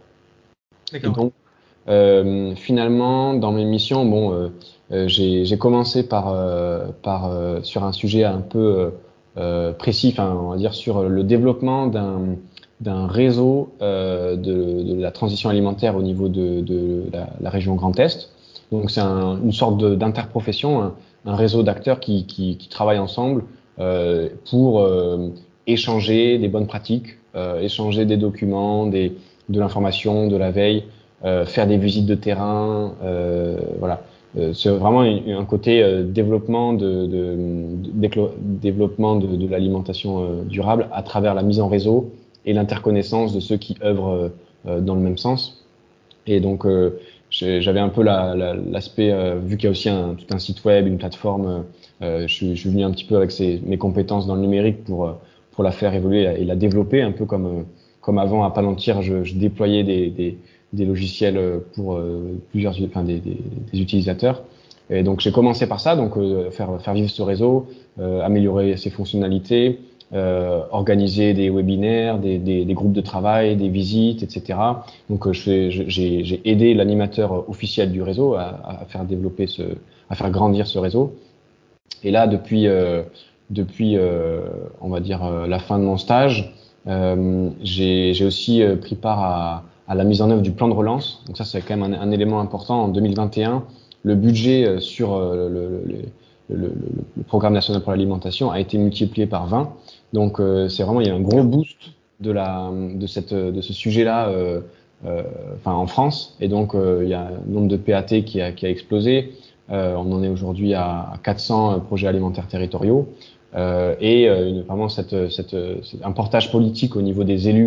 [SPEAKER 2] Et
[SPEAKER 1] D'accord, ouais.
[SPEAKER 2] donc, euh, finalement, dans mes missions, bon, euh, euh, j'ai, j'ai commencé par euh, par euh, sur un sujet un peu euh, euh, précis, enfin, on va dire sur le développement d'un d'un réseau euh, de, de la transition alimentaire au niveau de, de la, la région Grand Est. Donc, c'est un, une sorte de, d'interprofession, un, un réseau d'acteurs qui, qui, qui travaillent ensemble euh, pour euh, échanger des bonnes pratiques, euh, échanger des documents, des, de l'information, de la veille, euh, faire des visites de terrain, euh, voilà. Euh, c'est vraiment un, un côté euh, développement de, de, de développement de, de l'alimentation euh, durable à travers la mise en réseau et l'interconnaissance de ceux qui œuvrent euh, dans le même sens. Et donc euh, j'avais un peu la, la, l'aspect euh, vu qu'il y a aussi un, tout un site web, une plateforme. Euh, je, suis, je suis venu un petit peu avec ces, mes compétences dans le numérique pour pour la faire évoluer et la développer un peu comme comme avant à Palantir, je, je déployais des, des des logiciels pour euh, plusieurs, enfin des, des, des utilisateurs. Et donc j'ai commencé par ça, donc euh, faire faire vivre ce réseau, euh, améliorer ses fonctionnalités, euh, organiser des webinaires, des, des, des groupes de travail, des visites, et cetera. Donc euh, je fais, j'ai, j'ai aidé l'animateur officiel du réseau à, à faire développer ce, à faire grandir ce réseau. Et là, depuis euh, depuis euh, on va dire euh, la fin de mon stage, euh, j'ai, j'ai aussi euh, pris part à, à la mise en œuvre du plan de relance. Donc ça, c'est quand même un, un élément important. En deux mille vingt et un, le budget euh, sur euh, le, le, le, le, le programme national pour l'alimentation a été multiplié par vingt. Donc euh, c'est vraiment, il y a un gros
[SPEAKER 1] D'accord.
[SPEAKER 2] boost de la de cette de ce sujet-là, euh, euh, enfin en France. Et donc euh, il y a un nombre de P A T qui a qui a explosé. Euh, on en est aujourd'hui à quatre cents projets alimentaires territoriaux, euh, et euh, vraiment cette, cette, un portage politique au niveau des élus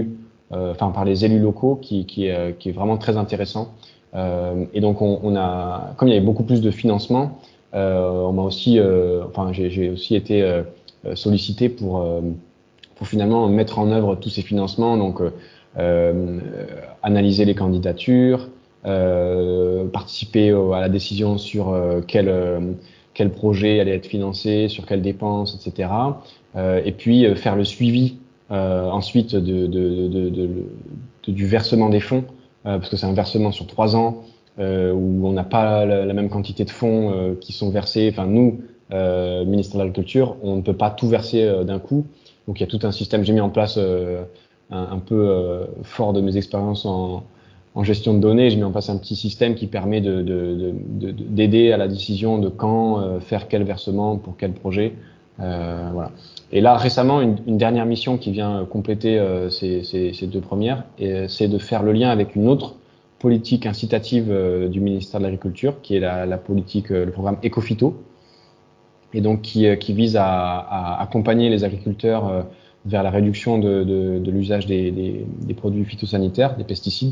[SPEAKER 2] euh, enfin par les élus locaux, qui, qui, est, qui est vraiment très intéressant. Euh, et donc on, on a, comme il y avait beaucoup plus de financement, euh, on m'a aussi, euh, enfin j'ai, j'ai aussi été euh, sollicité pour euh, pour finalement mettre en œuvre tous ces financements, donc euh, euh, analyser les candidatures, euh, participer au, à la décision sur euh, quel euh, quel projet allait être financé, sur quelles dépenses, et cetera. Euh, et puis euh, faire le suivi euh, ensuite de, de, de, de, de du versement des fonds, euh, parce que c'est un versement sur trois ans euh, où on n'a pas la, la même quantité de fonds euh, qui sont versés. Enfin nous, euh, ministère de l'Agriculture, on ne peut pas tout verser euh, d'un coup. Donc il y a tout un système. J'ai mis en place euh, un, un peu euh, fort de mes expériences en, en gestion de données. J'ai mis en place un petit système qui permet de, de, de, de, d'aider à la décision de quand euh, faire quel versement pour quel projet. Euh, voilà. Et là récemment, une, une dernière mission qui vient compléter euh, ces, ces, ces deux premières, et c'est de faire le lien avec une autre politique incitative euh, du ministère de l'Agriculture, qui est la, la politique, euh, le programme Ecofito, et donc qui, qui vise à, à accompagner les agriculteurs euh, vers la réduction de, de, de l'usage des, des, des produits phytosanitaires, des pesticides.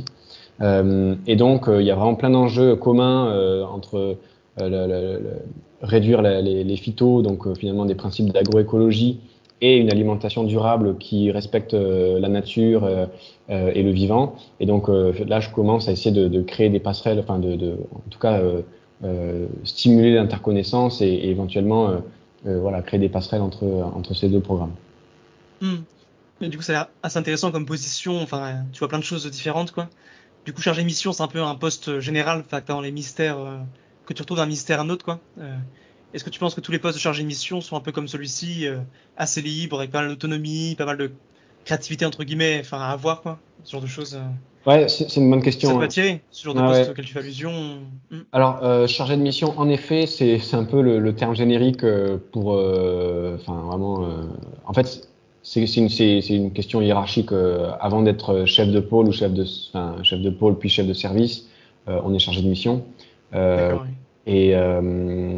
[SPEAKER 2] Euh, et donc euh, il y a vraiment plein d'enjeux communs euh, entre euh, le, le, le, réduire la, les, les phytos, donc euh, finalement des principes d'agroécologie, et une alimentation durable qui respecte euh, la nature euh, euh, et le vivant. Et donc euh, là, je commence à essayer de, de créer des passerelles, enfin de, de en tout cas euh, euh, stimuler l'interconnaissance et, et éventuellement euh, euh, voilà créer des passerelles entre entre ces deux programmes.
[SPEAKER 1] Hmm. Mais du coup, ça a l'air assez intéressant comme position. Enfin, tu vois plein de choses différentes, quoi. Du coup, chargé de mission, c'est un peu un poste général, enfin, que t'as dans les ministères, euh, que tu retrouves d'un ministère à un autre, quoi. Euh, est-ce que tu penses que tous les postes de chargé de mission sont un peu comme celui-ci, euh, assez libres, avec pas mal d'autonomie, pas mal de créativité, entre guillemets, enfin, à avoir, quoi? Ce genre de choses. euh,
[SPEAKER 2] Ouais, c'est, c'est une bonne
[SPEAKER 1] Ça
[SPEAKER 2] question.
[SPEAKER 1] peut
[SPEAKER 2] Ouais.
[SPEAKER 1] attirer, ce genre de
[SPEAKER 2] Ah
[SPEAKER 1] poste
[SPEAKER 2] ouais.
[SPEAKER 1] auquel tu fais allusion. Hmm.
[SPEAKER 2] Alors, euh, chargé de mission, en effet, c'est c'est un peu le, le terme générique euh, pour, euh, enfin vraiment, euh, en fait, c'est c'est une c'est c'est une question hiérarchique. Euh, avant d'être chef de pôle ou chef de, enfin chef de pôle puis chef de service, euh, on est chargé de mission. Euh,
[SPEAKER 1] D'accord, oui.
[SPEAKER 2] et euh,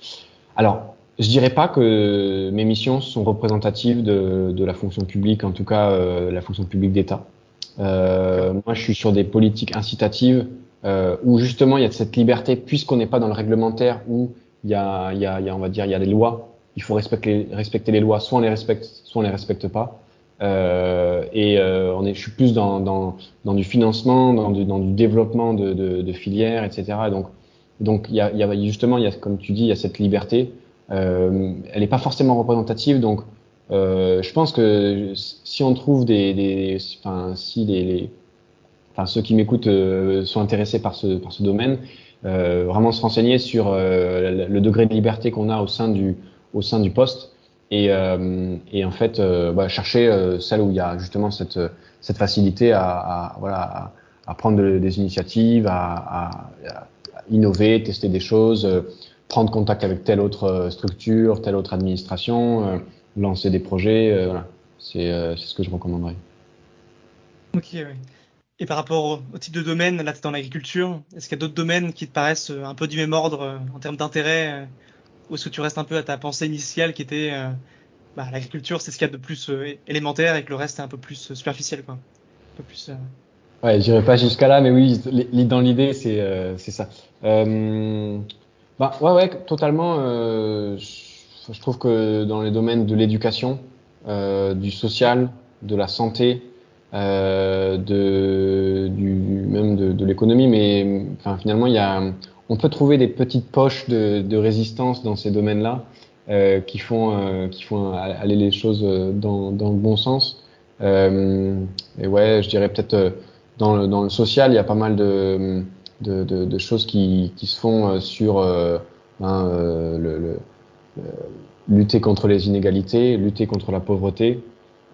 [SPEAKER 2] alors, je dirais pas que mes missions sont représentatives de de la fonction publique, en tout cas euh, la fonction publique d'État. Euh,
[SPEAKER 1] D'accord.
[SPEAKER 2] moi, je suis sur des politiques incitatives euh, où justement il y a cette liberté, puisqu'on n'est pas dans le réglementaire, où il y a, il y a, il y a, on va dire, il y a des lois. Il faut respecter, respecter les lois, soit on les respecte, soit on les respecte pas. Euh, et euh, on est, je suis plus dans, dans, dans du financement, dans du, dans du développement de, de, de filières, et cetera. Donc, donc il y a, il y a justement, il y a, comme tu dis, il y a cette liberté. Euh, elle n'est pas forcément représentative, donc euh, je pense que si on trouve des, des enfin, si les, les enfin, ceux qui m'écoutent euh, sont intéressés par ce, par ce domaine, euh, vraiment se renseigner sur euh, le, le degré de liberté qu'on a au sein du, au sein du poste et, euh, et en fait euh, bah, chercher euh, celle où il y a justement cette, cette facilité à, à voilà à, à prendre de, des initiatives, à, à, à innover, tester des choses, euh, prendre contact avec telle autre structure, telle autre administration, euh, lancer des projets. Euh, voilà. C'est euh, c'est ce que je recommanderais.
[SPEAKER 1] Ok, ouais. Et par rapport au, au type de domaine, là, tu es dans l'agriculture, est-ce qu'il y a d'autres domaines qui te paraissent euh, un peu du même ordre euh, en termes d'intérêt, euh, ou est-ce que tu restes un peu à ta pensée initiale qui était, euh, bah, l'agriculture, c'est ce qu'il y a de plus euh, é- élémentaire et que le reste est un peu plus euh, superficiel, quoi. Un peu plus. euh,
[SPEAKER 2] Ouais, j'irai pas jusqu'à là, mais oui, li- dans l'idée, c'est euh, c'est ça. Euh, bah ouais, ouais, totalement. Euh, je, je trouve que dans les domaines de l'éducation, euh, du
[SPEAKER 1] Ouais.
[SPEAKER 2] social, de la santé, euh, de du même de, de l'économie, mais enfin finalement, il y a, on peut trouver des petites poches de, de résistance dans ces domaines-là euh, qui font euh, qui font aller les choses dans dans le bon sens. Euh, et ouais, je dirais peut-être. Euh, dans le, dans le social, il y a pas mal de, de, de, de choses qui, qui se font euh, sur euh, hein, euh, le, le, le- lutter contre les inégalités, lutter contre la pauvreté,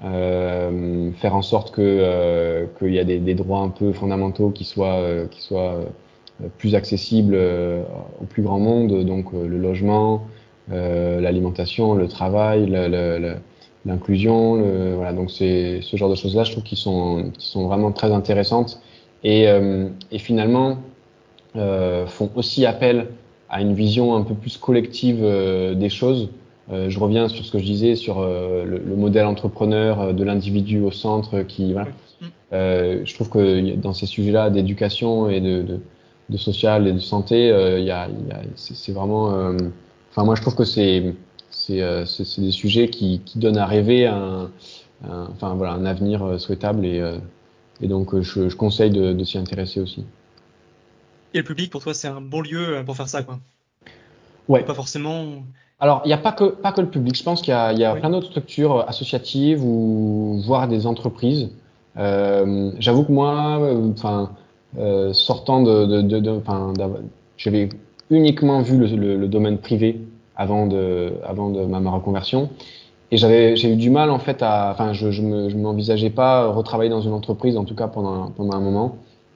[SPEAKER 2] euh, faire en sorte que euh, qu'il y a des, des droits un peu fondamentaux qui soient euh, qui soient euh, plus accessibles euh, au plus grand monde, donc euh, le logement, euh, l'alimentation, le travail, le, le, le- l'inclusion, le, voilà. Donc c'est ce genre de choses-là, je trouve qu'ils sont qui sont vraiment très intéressantes et euh, et finalement euh, font aussi appel à une vision un peu plus collective euh, des choses. Euh, je reviens sur ce que je disais sur euh, le, le modèle entrepreneur euh, de l'individu au centre, qui voilà.
[SPEAKER 1] Ouais. Mm.
[SPEAKER 2] Euh, je trouve que dans ces sujets-là d'éducation et de, de, de social et de santé, euh, il y a, il y a, c'est, c'est vraiment. euh, Enfin, moi, je trouve que c'est c'est euh, c'est, c'est des sujets qui, qui donnent à rêver un, un, enfin voilà, un avenir euh, souhaitable et euh, et donc euh, je, je conseille de, de s'y intéresser aussi.
[SPEAKER 1] Et le public, pour toi, c'est un bon lieu euh, pour faire ça, quoi. Ou
[SPEAKER 2] Ouais.
[SPEAKER 1] pas forcément.
[SPEAKER 2] Alors, il n'y a pas que, pas que le public. Je pense qu'il y a, il y a
[SPEAKER 1] Oui.
[SPEAKER 2] plein d'autres structures associatives ou voire des entreprises. Euh, j'avoue que moi, euh, enfin, euh, sortant de, de, de, de- enfin, d'av- j'avais uniquement vu le, le, le domaine privé avant de, avant de ma, ma reconversion, et j'avais, j'ai eu du mal en fait à, enfin, je, je me, je m'envisageais pas retravailler dans une entreprise, en tout cas pendant, un- pendant un moment,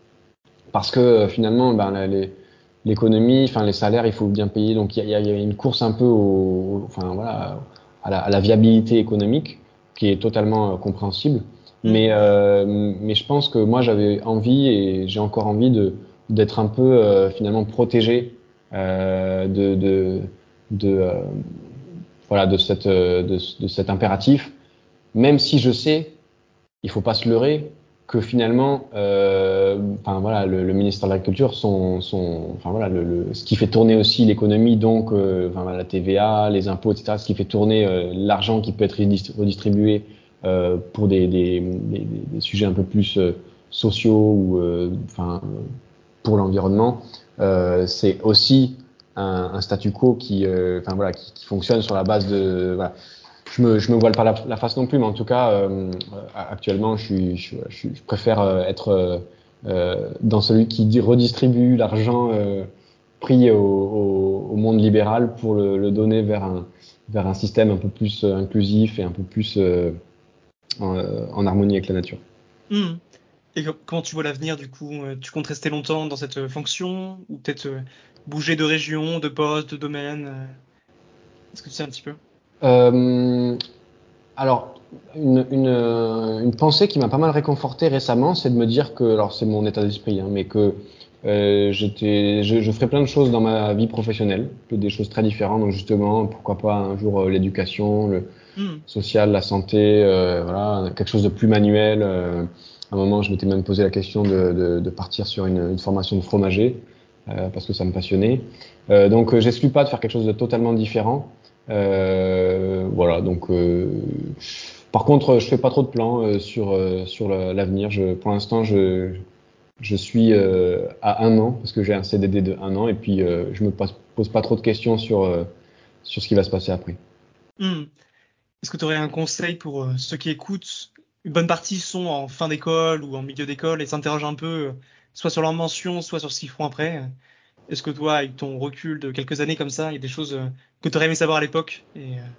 [SPEAKER 2] parce que euh, finalement, ben, la- les, l'économie, enfin les salaires, il faut bien payer. Donc il y a, il y a une course un peu au, enfin voilà, à la, à la viabilité économique qui est totalement euh, compréhensible. Mais
[SPEAKER 1] Hmm.
[SPEAKER 2] euh, mais je pense que moi j'avais envie et j'ai encore envie de d'être un peu euh, finalement protégé euh, de de de euh, voilà de cette euh, de, de cet impératif. Même si je sais, il faut pas se leurrer que finalement, euh, enfin voilà, le, le ministère de l'Agriculture, son, son, enfin voilà, le, le- ce qui fait tourner aussi l'économie, donc, euh, enfin voilà, la T V A, les impôts, et cetera, ce qui fait tourner euh, l'argent qui peut être redist- redistribué euh, pour des, des, des, des sujets un peu plus euh, sociaux ou, euh, enfin, pour l'environnement, euh, c'est aussi un, un statu quo qui, euh, enfin voilà, qui, qui fonctionne sur la base de, voilà, je me, je me voile pas la, la face non plus, mais en tout cas, euh, actuellement, je, suis, je, je, je préfère euh, être euh, euh, dans celui qui dit- redistribue l'argent euh, pris au, au, au monde libéral pour le, le donner vers un, vers un système un peu plus euh, inclusif et un peu plus euh, en, euh, en harmonie avec la nature.
[SPEAKER 1] Hmm. Et co- comment tu vois l'avenir, du coup? Euh, Tu comptes rester longtemps dans cette euh, fonction? Ou peut-être euh, bouger de région, de poste, de domaine? euh, Est-ce que tu sais un petit peu?
[SPEAKER 2] Euh, alors, une, une, euh, une pensée qui m'a pas mal réconforté récemment, c'est de me dire que, alors c'est mon état d'esprit, hein, mais que euh, j'étais, je, je ferai plein de choses dans ma vie professionnelle, que des choses très différentes. Donc justement, pourquoi pas un jour euh, l'éducation, le
[SPEAKER 1] Hmm.
[SPEAKER 2] social, la santé, euh, voilà, quelque chose de plus manuel. Euh, à un moment, je m'étais même posé la question de, de, de partir sur une, une formation de fromager euh, parce que ça me passionnait. Euh, donc, euh, j'exclus pas de faire quelque chose de totalement différent. Euh, voilà, donc. Euh, par contre, je fais pas trop de plans euh, sur euh, sur la- l'avenir. Je, pour l'instant, je je suis euh, à un an parce que j'ai un C D D de un an et puis euh, je me pose, pose pas trop de questions sur euh, sur ce qui va se passer après.
[SPEAKER 1] Hmm. Est-ce que tu aurais un conseil pour euh, ceux qui écoutent? Une bonne partie sont en fin d'école ou en milieu d'école et s'interrogent un peu, euh, soit sur leur mention, soit sur ce qu'ils feront après. Est-ce que toi, avec ton recul de quelques années comme ça, il y a des choses euh, que tu aurais aimé savoir à l'époque et euh,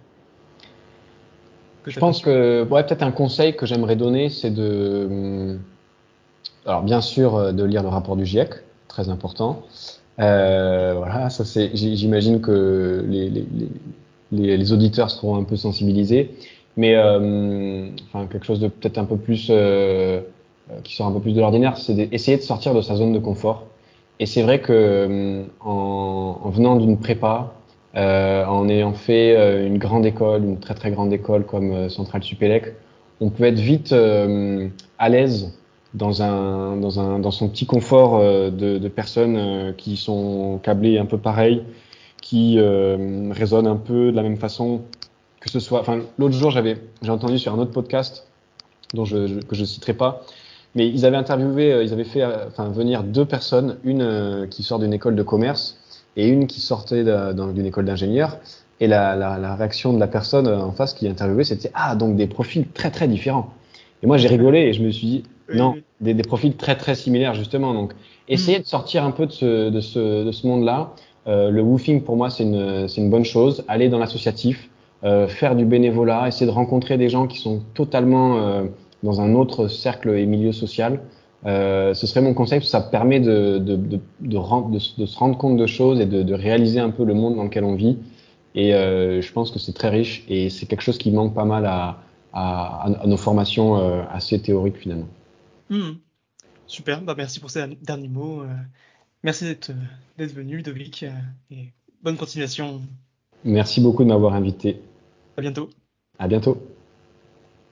[SPEAKER 1] que
[SPEAKER 2] Je
[SPEAKER 1] t'as pas
[SPEAKER 2] pense
[SPEAKER 1] su?
[SPEAKER 2] que ouais, peut-être un conseil que j'aimerais donner, c'est de, hum, alors bien sûr, euh, de lire le rapport du GIEC, très important. Euh, voilà, ça c'est, j- j'imagine que les, les, les, les- les auditeurs seront un peu sensibilisés, mais euh, enfin quelque chose de peut-être un peu plus, euh, euh, qui sort un peu plus de l'ordinaire, c'est d'essayer de sortir de sa zone de confort. Et c'est vrai que hum, en, en venant d'une prépa, euh, en ayant fait euh, une grande école, une très très grande école comme euh, Centrale Supélec, on peut être vite euh, à l'aise dans un dans un dans son petit confort euh, de, de personnes euh, qui sont câblées un peu pareil, qui euh, raisonnent un peu de la même façon, que ce soit. Enfin, l'autre jour, j'avais j'ai entendu sur un autre podcast dont je, je que je citerai pas, mais ils avaient interviewé, euh, ils avaient fait euh, enfin venir deux personnes, une euh, qui sort d'une école de commerce et une qui sortait d'un- d'un- d'une école d'ingénieur. Et la, la, la réaction de la personne euh, en face qui interviewait, c'était ah donc des profils très très différents. Et moi j'ai rigolé et je me suis dit
[SPEAKER 1] Oui,
[SPEAKER 2] non,
[SPEAKER 1] oui.
[SPEAKER 2] des, des profils très très similaires justement. Donc
[SPEAKER 1] Hmm.
[SPEAKER 2] essayer de sortir un peu de ce de ce de ce monde-là. Euh, le woofing pour moi c'est une c'est une bonne chose. Aller dans l'associatif, euh, faire du bénévolat, essayer de rencontrer des gens qui sont totalement euh, dans un autre cercle et milieu social. Euh, ce serait mon conseil, parce que ça permet de, de, de, de, rend- de, de se rendre compte de choses et de, de réaliser un peu le monde dans lequel on vit. Et euh, je pense que c'est très riche et c'est quelque chose qui manque pas mal à, à, à nos formations euh, assez théoriques finalement.
[SPEAKER 1] Hmm. Super, bah merci pour ces derniers mots. euh, Merci d'être euh, d'être venu, Ludovic, euh, et bonne continuation.
[SPEAKER 2] Merci beaucoup de m'avoir invité.
[SPEAKER 1] À bientôt.
[SPEAKER 2] À bientôt.